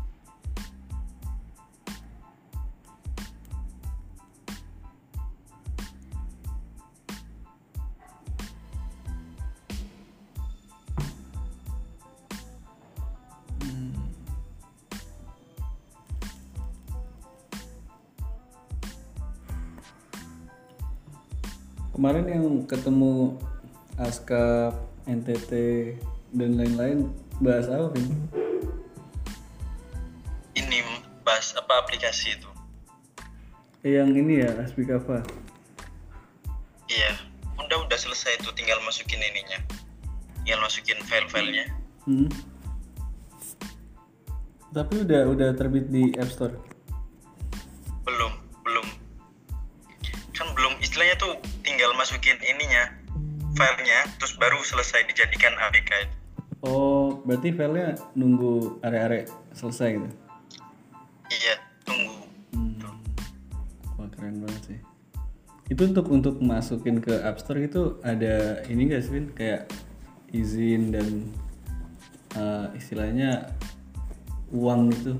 Kemarin yang ketemu ASKAP, NTT, dan lain-lain bahas apa, Vin? Ini bahas apa aplikasi itu? Yang ini ya, Aspikava. Iya, udah selesai itu, tinggal masukin ininya. Tinggal masukin file-filenya. Tapi udah terbit di App Store? Belum. Kan belum, istilahnya tuh tinggal masukin ininya, filenya, terus baru selesai dijadikan APK itu. Oh, berarti filenya nunggu are-are selesai gitu? Iya, tunggu. Wah, keren banget sih. Itu untuk masukin ke App Store itu ada ini nggak sih, Vin? Kayak izin dan istilahnya uang gitu?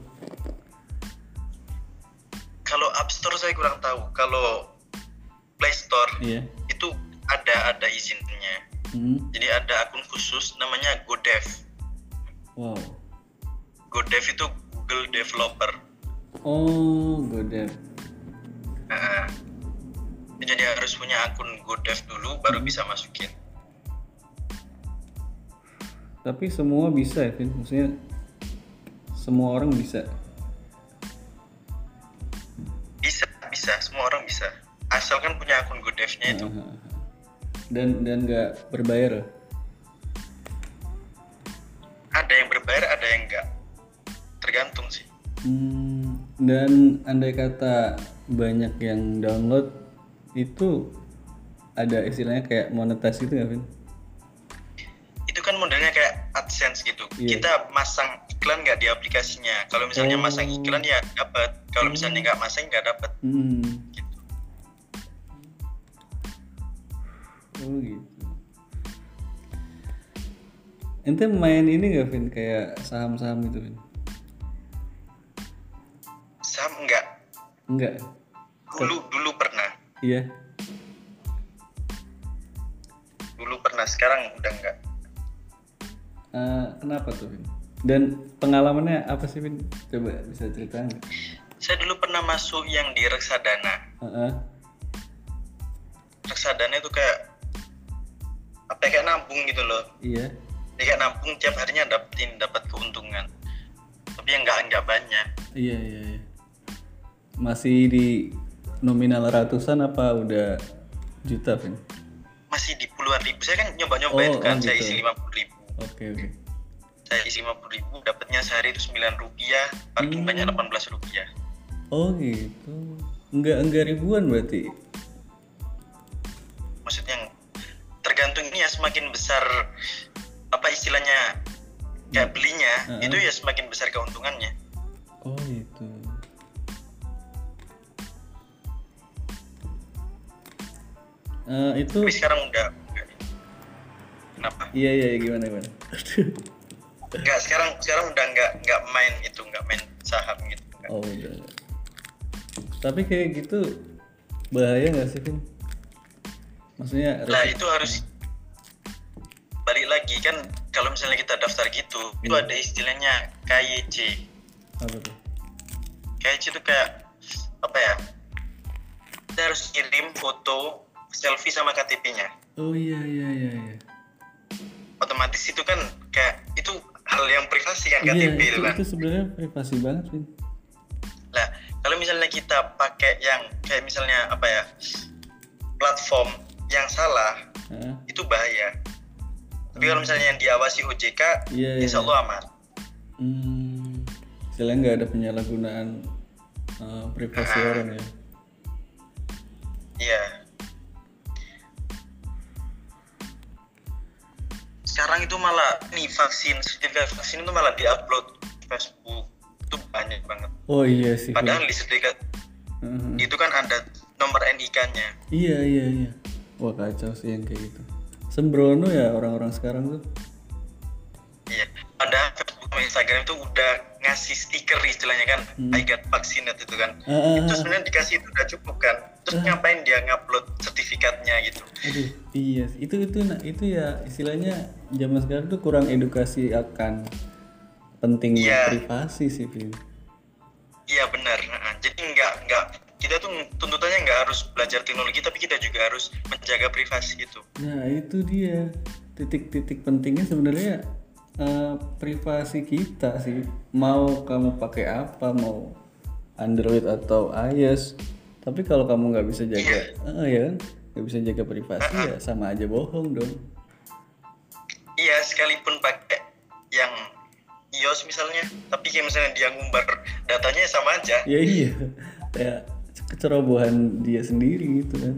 Kalau App Store saya kurang tahu. Kalau Play Store itu ada izinnya. Jadi ada akun khusus namanya GoDev. Wow. GoDev itu Google Developer. Oh, GoDev. Jadi harus punya akun GoDev dulu baru bisa masukin. Tapi semua bisa ya, Vin? Maksudnya semua orang bisa? Bisa, semua orang bisa. Asalkan punya akun GoDev-nya itu. Dan nggak berbayar? Ada yang berbayar, ada yang nggak. Tergantung sih. Dan andai kata banyak yang download, itu ada istilahnya kayak monetize gitu nggak, Vin? Itu kan modelnya kayak AdSense gitu. Kita masang iklan nggak di aplikasinya. Kalau misalnya masang iklan ya dapat. Kalau misalnya nggak masang nggak dapat. Gitu. Oh gitu. Ente main ini nggak, Vin? Kayak saham-saham gitu, Vin? Saham enggak. Dulu pernah. Iya. Dulu pernah, sekarang udah enggak. Kenapa tuh, Vin? Dan pengalamannya apa sih, Vin? Coba bisa ceritain nggak? Saya dulu pernah masuk yang di reksadana. Reksadana itu kayak kayak nabung gitu loh. Iya. Kayak nabung tiap harinya dapat keuntungan. Tapi yang enggak banyak. Iya. Masih di nominal ratusan apa udah juta, Vin? Masih di puluhan ribu. Saya kan nyoba-nyoba itu kan, saya isi 50.000. Oke. Saya isi 50.000, dapatnya sehari itu Rp9, paling banyak Rp18. Oh gitu. Enggak ribuan berarti? Maksudnya tergantung ini ya, semakin besar apa istilahnya kayak belinya, itu ya semakin besar keuntungannya. Oh gitu. Itu. Tapi sekarang udah. Kenapa? Iya gimana? Enggak, sekarang udah enggak main saham gitu. Enggak. Oh udah. Tapi kayak gitu bahaya nggak sih, Vin? Maksudnya lah itu harus balik lagi kan, kalau misalnya kita daftar gitu, itu ada istilahnya KYC. Apa tuh? KYC itu kayak apa ya? Kita harus kirim foto selfie sama KTP-nya. Oh iya. Otomatis itu kan kayak itu hal yang privasi kan, KTP itu kan. Itu sebenarnya privasi banget, Vin. Nah, kalau misalnya kita pakai yang kayak misalnya apa ya, platform yang salah, itu bahaya. Tapi kalau misalnya yang diawasi OJK, insya Allah aman. Istilahnya nggak ada penyalahgunaan privasi orang ya. Iya. Sekarang itu malah nih sertifikat vaksin itu malah diupload di Facebook, itu banyak banget. Oh iya sih. Padahal di sertifikat itu kan ada nomor NIK-nya. Iya. Wah kacau sih yang kayak gitu. Sembrono ya orang-orang sekarang tuh. Iya. Padahal Facebook sama Instagram itu udah ngasih stiker istilahnya kan, I got vaccinated itu kan. Itu sebenarnya dikasih itu udah cukup kan. Terus ngapain dia ngupload sertifikatnya gitu? Aduh, iya. Itu ya istilahnya zaman sekarang tuh kurang edukasi akan pentingnya privasi sih, Vin. Iya benar. Jadi nggak kita tuh tuntutannya nggak harus belajar teknologi, tapi kita juga harus menjaga privasi itu. Nah itu dia titik-titik pentingnya sebenarnya privasi kita sih. Mau kamu pakai apa, mau Android atau iOS, tapi kalau kamu nggak bisa jaga, ya kan, nggak bisa jaga privasi ya sama aja bohong dong. Iya, sekalipun pakai yang iOS misalnya, tapi kayak misalnya dia ngumbar datanya sama aja. Ya iya, kayak kecerobohan dia sendiri gitu kan.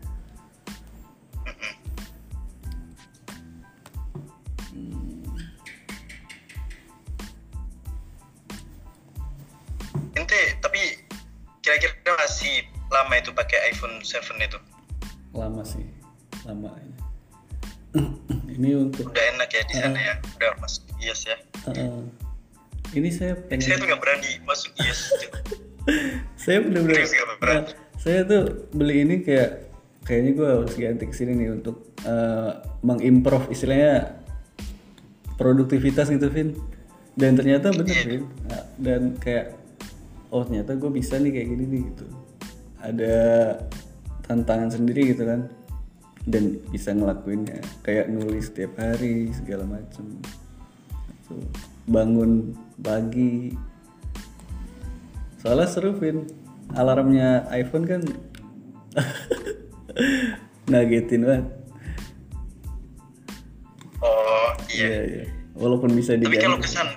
Ente tapi kira-kira masih lama itu pakai iPhone 7 itu? Lama sih, lama aja. Ini untuk udah enak ya di sana ya, udah masuk iOS ya. Ini saya tuh nggak berani masuk iOS. Saya benar-benar saya tuh beli ini kayaknya gue harus ganti kesini nih untuk mengimprove istilahnya produktivitas gitu, Vin. Dan ternyata bener, Vin. Dan kayak ternyata gue bisa nih kayak gini nih gitu. Ada tantangan sendiri gitu kan, dan bisa ngelakuinnya kayak nulis setiap hari segala macem. Bangun pagi, soalnya seru, Vin. Alarmnya iPhone kan ngagetin banget. Oh iya. Walaupun bisa diganti. Tapi kalau kesan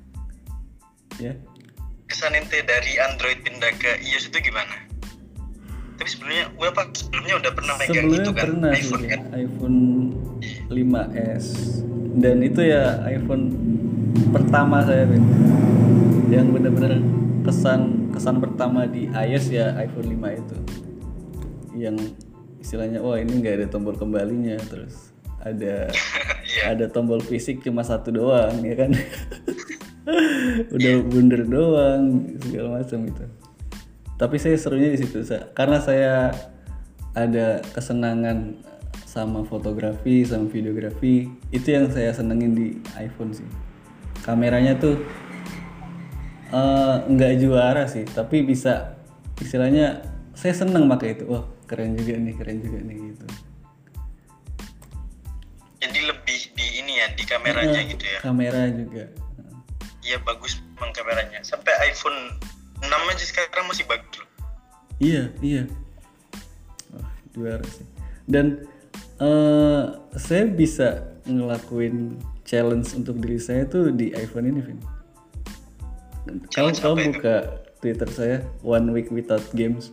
ente dari Android pindah ke iOS itu gimana? Tapi sebelumnya udah pernah megang itu kan? Pernah iPhone sih, kan? iPhone 5S. Dan itu ya iPhone pertama saya, Vin. Yang benar-benar kesan pertama di iOS ya iPhone 5 itu. Yang istilahnya ini nggak ada tombol kembalinya, terus ada tombol fisik cuma satu doang ya kan. Udah bundar doang segala macam itu. Tapi saya serunya di situ karena saya ada kesenangan sama fotografi sama videografi. Itu yang saya senengin di iPhone sih. Kameranya tuh nggak juara sih, tapi bisa istilahnya saya seneng pakai itu. Wah keren juga nih gitu. Jadi lebih di ini ya, di kameranya gitu ya. Kamera juga. Iya bagus memang kameranya. Sampai iPhone 6 aja sekarang masih bagus loh. Iya. Juara sih. Dan saya bisa ngelakuin challenge untuk diri saya tuh di iPhone ini, Vin. Kalau buka Twitter saya, 1 week without games.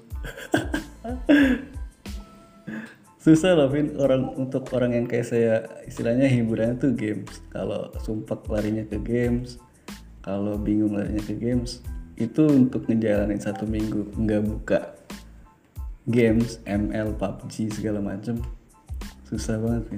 Susah loh, Vin, untuk orang yang kayak saya, istilahnya hiburannya tuh games. Kalau sumpah larinya ke games, kalau bingung larinya ke games. Itu untuk ngejalanin 1 minggu nggak buka games, ML, PUBG segala macem, susah banget, Vin.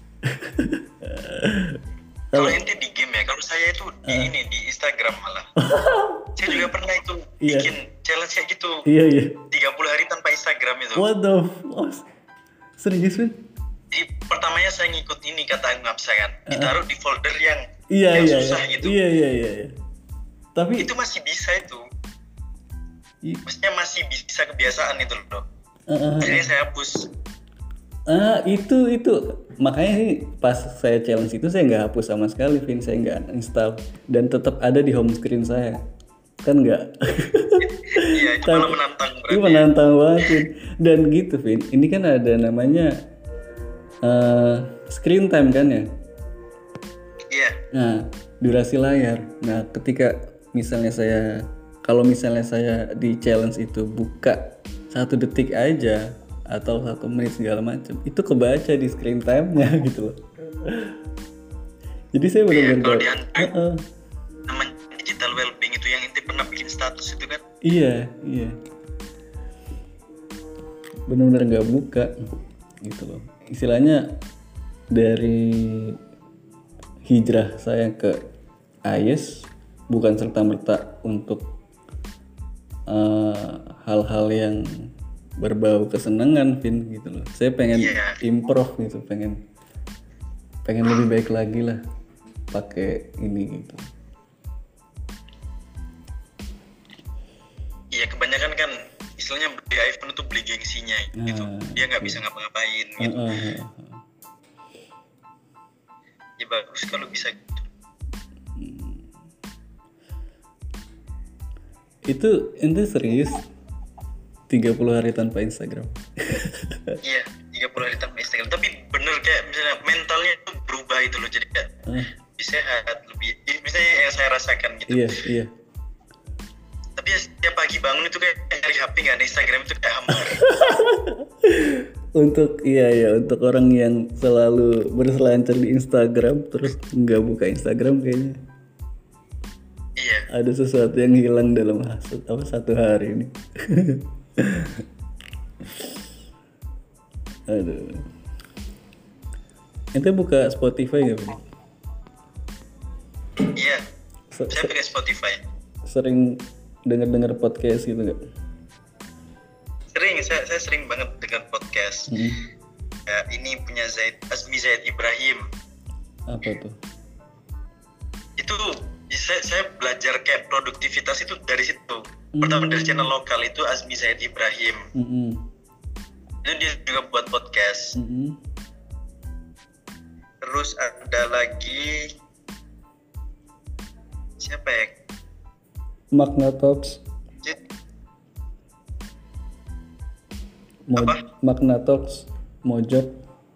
Kalau ente di game ya, kalau saya itu di Instagram malah. Saya juga pernah itu bikin challenge kayak gitu. Iya. 30 hari tanpa Instagram itu. What the serius, Vin? Jadi pertamanya saya ngikut ini kata Ngapsa kan, ditaruh di folder yang susah gitu. Iya. Tapi itu masih bisa itu. Maksudnya masih bisa kebiasaan itu loh. Akhirnya saya hapus. Itu makanya sih pas saya challenge itu saya nggak hapus sama sekali, Vin. Saya nggak install dan tetap ada di home screen saya. Kan nggak? Iya, itu malah menantang berarti. Itu menantang banget, Vin. Dan gitu, Vin. Ini kan ada namanya screen time kan ya? Iya. Nah, durasi layar. Nah, ketika misalnya kalau misalnya saya di challenge itu buka 1 detik aja atau 1 menit segala macam, itu kebaca di screen time-nya gitu loh. Jadi saya benar-benar kalau di Android namanya digital well-being itu yang inti pernah bikin status itu kan? Iya. Benar-benar nggak buka gitu loh. Istilahnya dari hijrah saya ke iOS bukan serta-merta untuk hal-hal yang berbau kesenangan, Vin, gitu loh. Saya pengen improve gitu, pengen lebih baik lagi lah pakai ini gitu. Iya, kebanyakan kan istilahnya beli iPhone itu beli gengsinya gitu. Dia nggak bisa ngapa-ngapain gitu. Ya bagus kalau bisa gitu. Itu ente serius 30 hari tanpa Instagram? Iya, 30 hari tanpa Instagram. Tapi bener kayak misalnya mentalnya itu berubah itu loh. Jadi kayak lebih sehat, lebih misalnya yang saya rasakan gitu. Iya. Tapi ya, setiap pagi bangun itu kayak nyari HP nggak ada Instagram itu kayak hambar. Untuk orang yang selalu berselancar di Instagram terus nggak buka Instagram kayaknya. Iya. Ada sesuatu yang hilang dalam 1 hari ini. Aduh. Ente buka Spotify nggak, Bro? Iya. Saya pakai Spotify. Sering dengar podcast gitu nggak? Sering, saya sering banget dengar podcast. Ya, ini punya Azmi Zaid Ibrahim. Apa tuh? Itu saya belajar kayak produktivitas itu dari situ. Pertama dari channel lokal itu Azmi Zaid Ibrahim. Itu dia juga buat podcast. Terus ada lagi siapa ya? Magna Talks. Magna Talks, Mojok.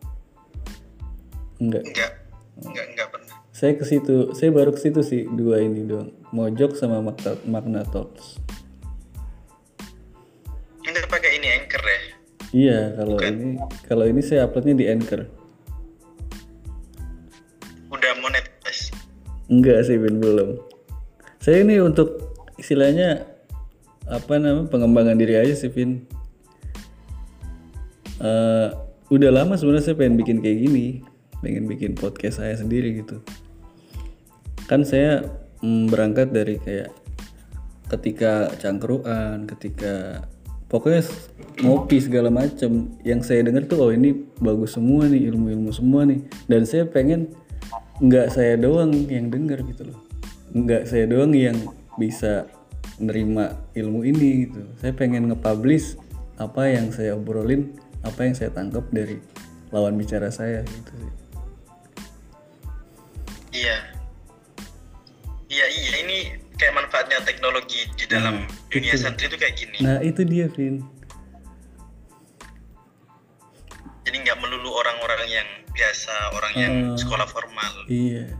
Enggak pernah. Saya baru ke situ sih, 2 ini doang. Mojok sama Magna Talks. Ini pakai ini Anchor ya? Iya, kalau ini saya uploadnya di Anchor. Udah monetize? Enggak sih, belum. Saya ini untuk istilahnya pengembangan diri aja sih, Vin. Udah lama sebenarnya saya pengen bikin kayak gini, pengen bikin podcast saya sendiri gitu. Kan saya berangkat dari kayak ketika cangkruan, ketika pokoknya ngopi segala macam, yang saya dengar tuh ini bagus semua nih, ilmu-ilmu semua nih, dan saya pengen nggak saya doang yang dengar gitu loh, nggak saya doang yang bisa nerima ilmu ini gitu. Saya pengen nge-publish apa yang saya obrolin, apa yang saya tangkap dari lawan bicara saya gitu sih. Iya, ini kayak manfaatnya teknologi di dalam dunia santri itu kayak gini. Nah itu dia, Vin. Jadi nggak melulu orang-orang yang biasa, orang yang sekolah formal. Iya.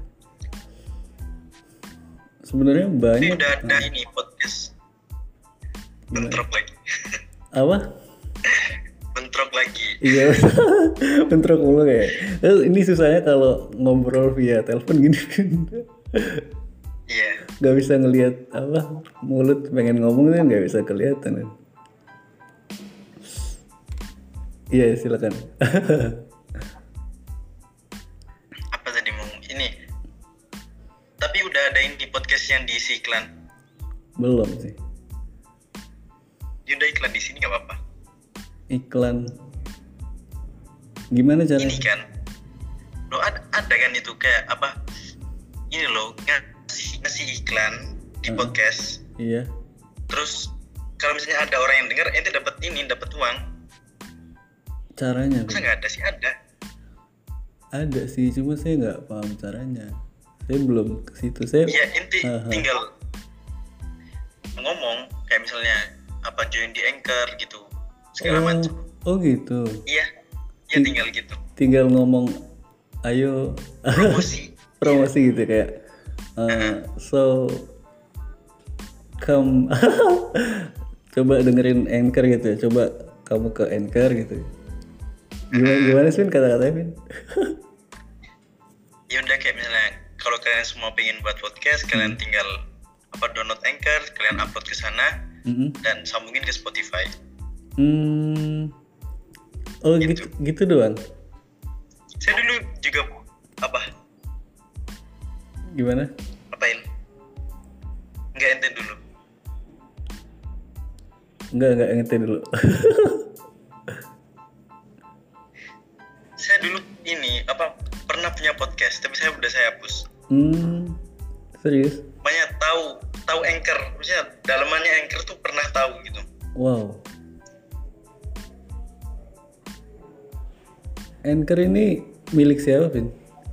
Sebenarnya banyak. Tapi udah ada ini podcast. Bentrok lagi. Apa? Bentrok lagi. Iya. Bentrok mulu kayak. Ini susahnya kalau ngobrol via telepon gini. Iya. Gak bisa ngelihat mulut pengen ngomong kan gak bisa kelihatan kan. Iya, silakan. Apa tadi mau ini? Tapi udah ada ini podcast yang diisi iklan. Belum sih. Ya udah iklan di sini nggak apa-apa. Iklan Gimana caranya? Ini kan lo ada kan itu kayak apa, ini lo ngasih iklan di podcast. Iya. Terus kalau misalnya ada orang yang dengar, ente dapat uang. Caranya? Masa nggak ada sih? Ada sih, cuma saya nggak paham caranya. Saya belum ke situ. Saya. Iya, ente tinggal ngomong kayak misalnya apa join di Anchor gitu segala macam. Oh gitu. Iya, tinggal gitu. Tinggal ngomong, ayo promosi gitu kayak. So come coba dengerin Anchor gitu ya. Coba kamu ke Anchor gitu. Gimana sih kata-katanya, Vin? Ya udah kayak misalnya kalau kalian semua pengen buat podcast, kalian tinggal download Anchor, kalian upload ke sana dan sambungin ke Spotify. Oh gitu doang. Saya dulu juga Gimana? Apain? Enggak, ente dulu. Enggak ente dulu. Saya dulu pernah punya podcast, tapi saya hapus. Serius? Banyak tahu Anchor, maksudnya dalamannya Anchor tuh pernah tahu gitu. Wow. Anchor ini milik siapa, Vin?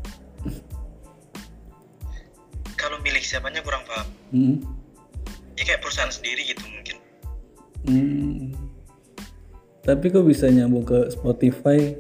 Kalau milik siapanya kurang paham. Ya kayak perusahaan sendiri gitu mungkin. Tapi kok bisa nyambung ke Spotify?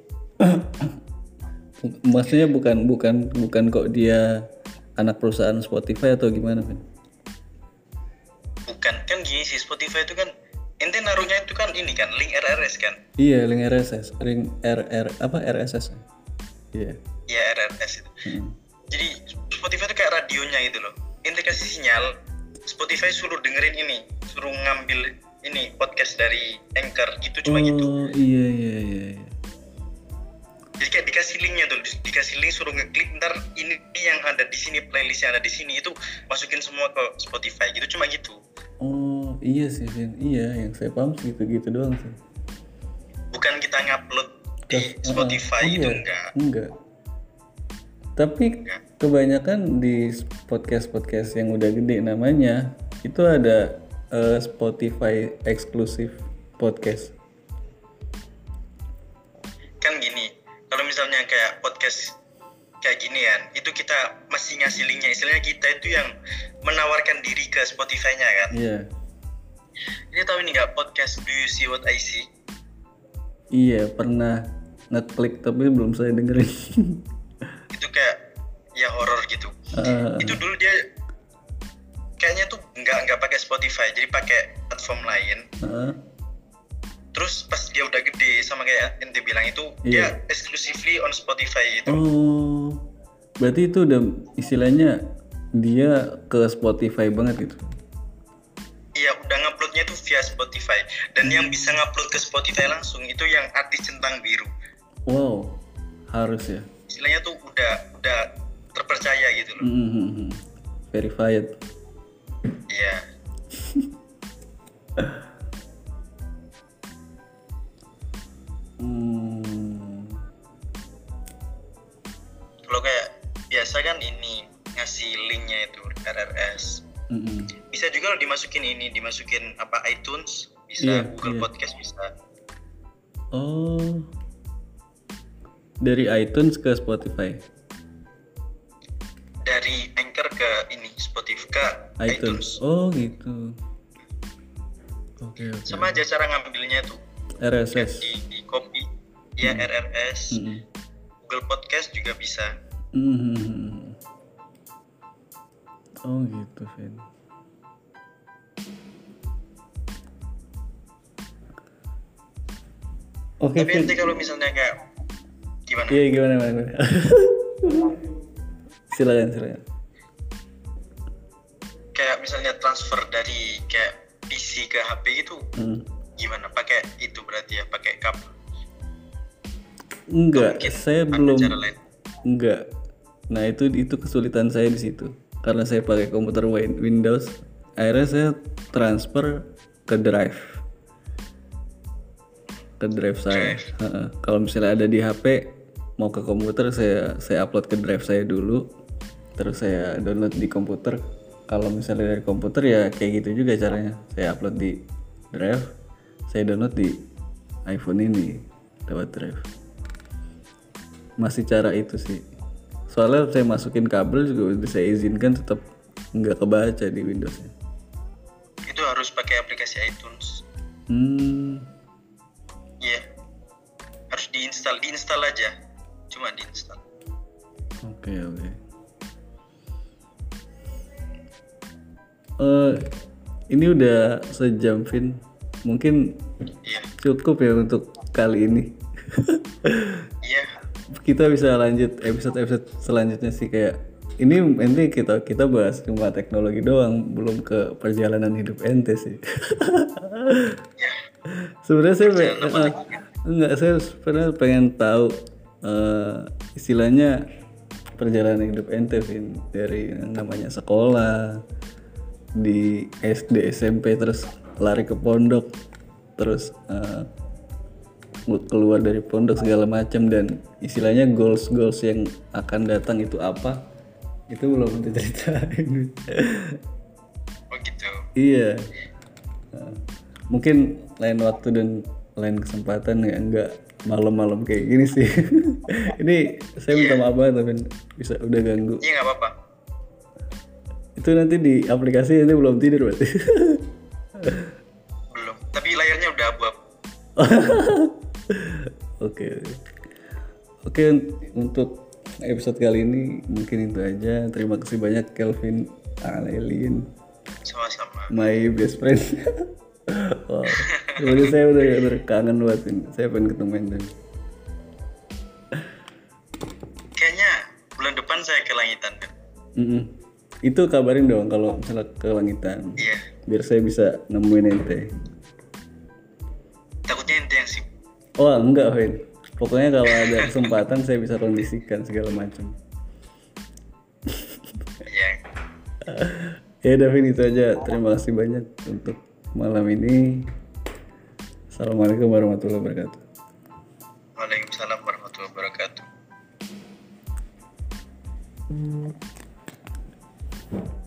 Maksudnya bukan kok dia anak perusahaan Spotify atau gimana, Vin? Bukan, kan gini sih, Spotify itu kan ente naruhnya itu kan ini kan link RSS kan? Iya, link RSS, RSS. Iya. Iya, RSS itu. Jadi Spotify itu kayak radionya gitu loh. Ente kasih sinyal, Spotify suruh dengerin ini, suruh ngambil ini podcast dari Anchor gitu, cuma gitu. Oh iya. Jadi kayak dikasih linknya tuh, dikasih link suruh ngeklik, ntar ini yang ada di sini, playlist yang ada di sini itu masukin semua ke Spotify gitu, cuma gitu. Oh iya sih, Vin. Iya, yang saya paham sih gitu doang sih. Bukan kita ngupload di Spotify itu enggak. Tapi kebanyakan di podcast yang udah gede namanya itu ada Spotify eksklusif podcast. Kan gini, kalau misalnya kayak podcast kayak gini kan, itu kita masih ngasih linknya, istilahnya kita itu yang menawarkan diri ke Spotify-nya kan. Iya. Ini tahu ini nggak podcast Do You See What I See? Iya, pernah ngeklik tapi belum saya dengerin. Itu kayak ya horor gitu. Itu dulu dia kayaknya tuh nggak pakai Spotify, jadi pakai platform lain. Terus pas dia udah gede sama kayak ente bilang itu, dia exclusively on Spotify gitu. Oh, berarti itu udah istilahnya dia ke Spotify banget gitu. Iya, udah nguploadnya tuh via Spotify. Dan yang bisa ngupload ke Spotify langsung itu yang artis centang biru. Wow, harus ya. Istilahnya tuh udah terpercaya gitu loh. Verified. Iya. Kalau kayak biasa kan ini ngasih linknya itu RSS. Bisa juga lo dimasukin iTunes, bisa Google Podcast bisa. Oh, dari iTunes ke Spotify. Dari Anchor ke ini Spotify ke iTunes. Oh gitu. Oke. Sama aja cara ngambilnya tuh. RSS. Di copy ya RSS. Google Podcast juga bisa. Oh gitu, Vin. Oke. Tapi nanti kalau misalnya kayak gimana? Iya gimana? Silakan. Kayak misalnya transfer dari kayak PC ke HP gitu, gimana? Pakai itu berarti ya, pakai kabel? Enggak, saya belum. Enggak. Nah itu kesulitan saya di situ. Karena saya pakai komputer Windows, akhirnya saya transfer ke drive ke drive saya. Kalau misalnya ada di HP mau ke komputer saya upload ke drive saya dulu, terus saya download di komputer. Kalau misalnya dari komputer ya kayak gitu juga caranya, saya upload di drive, saya download di iPhone ini lewat drive. Masih cara itu sih, soalnya saya masukin kabel juga udah saya izinkan tetap nggak kebaca di Windowsnya. Itu harus pakai aplikasi iTunes. Iya, harus diinstal aja, cuma diinstal. Oke. Ini udah sejam, Vin. Mungkin cukup ya untuk kali ini. Iya. Kita bisa lanjut episode selanjutnya sih, kayak ini nanti kita bahas cuma teknologi doang, belum ke perjalanan hidup ente sih. Sebenarnya saya sebenarnya pengen tahu istilahnya perjalanan hidup ente, Vin, dari yang namanya sekolah di SD SMP terus lari ke pondok, terus keluar dari pondok segala macam, dan istilahnya goals yang akan datang itu apa, itu belum diceritain. Oh gitu. Iya. Mungkin lain waktu dan lain kesempatan ya, enggak malam-malam kayak gini sih. Ini saya minta maaf banget tapi bisa udah ganggu. Iya nggak apa-apa. Itu nanti di aplikasi ini belum tidur berarti. Belum, tapi layarnya udah abu-abu. Oke, untuk episode kali ini mungkin itu aja. Terima kasih banyak Kelvin Alelin. Sama-sama. My best friend. Wow. Sebenarnya saya udah kangen banget ini. Saya pengen ketemu Ente. Kayaknya bulan depan saya ke Langitan kan. Itu kabarin dong kalau misalnya ke Langitan. Iya. Biar saya bisa nemuin Ente. Takutnya Ente yang sibuk. Oh enggak, Vin. Pokoknya kalau ada kesempatan saya bisa kondisikan segala macam. Iya. Ya Davin, itu aja. Terima kasih banyak untuk malam ini. Assalamualaikum warahmatullahi wabarakatuh. Waalaikumsalam warahmatullahi wabarakatuh.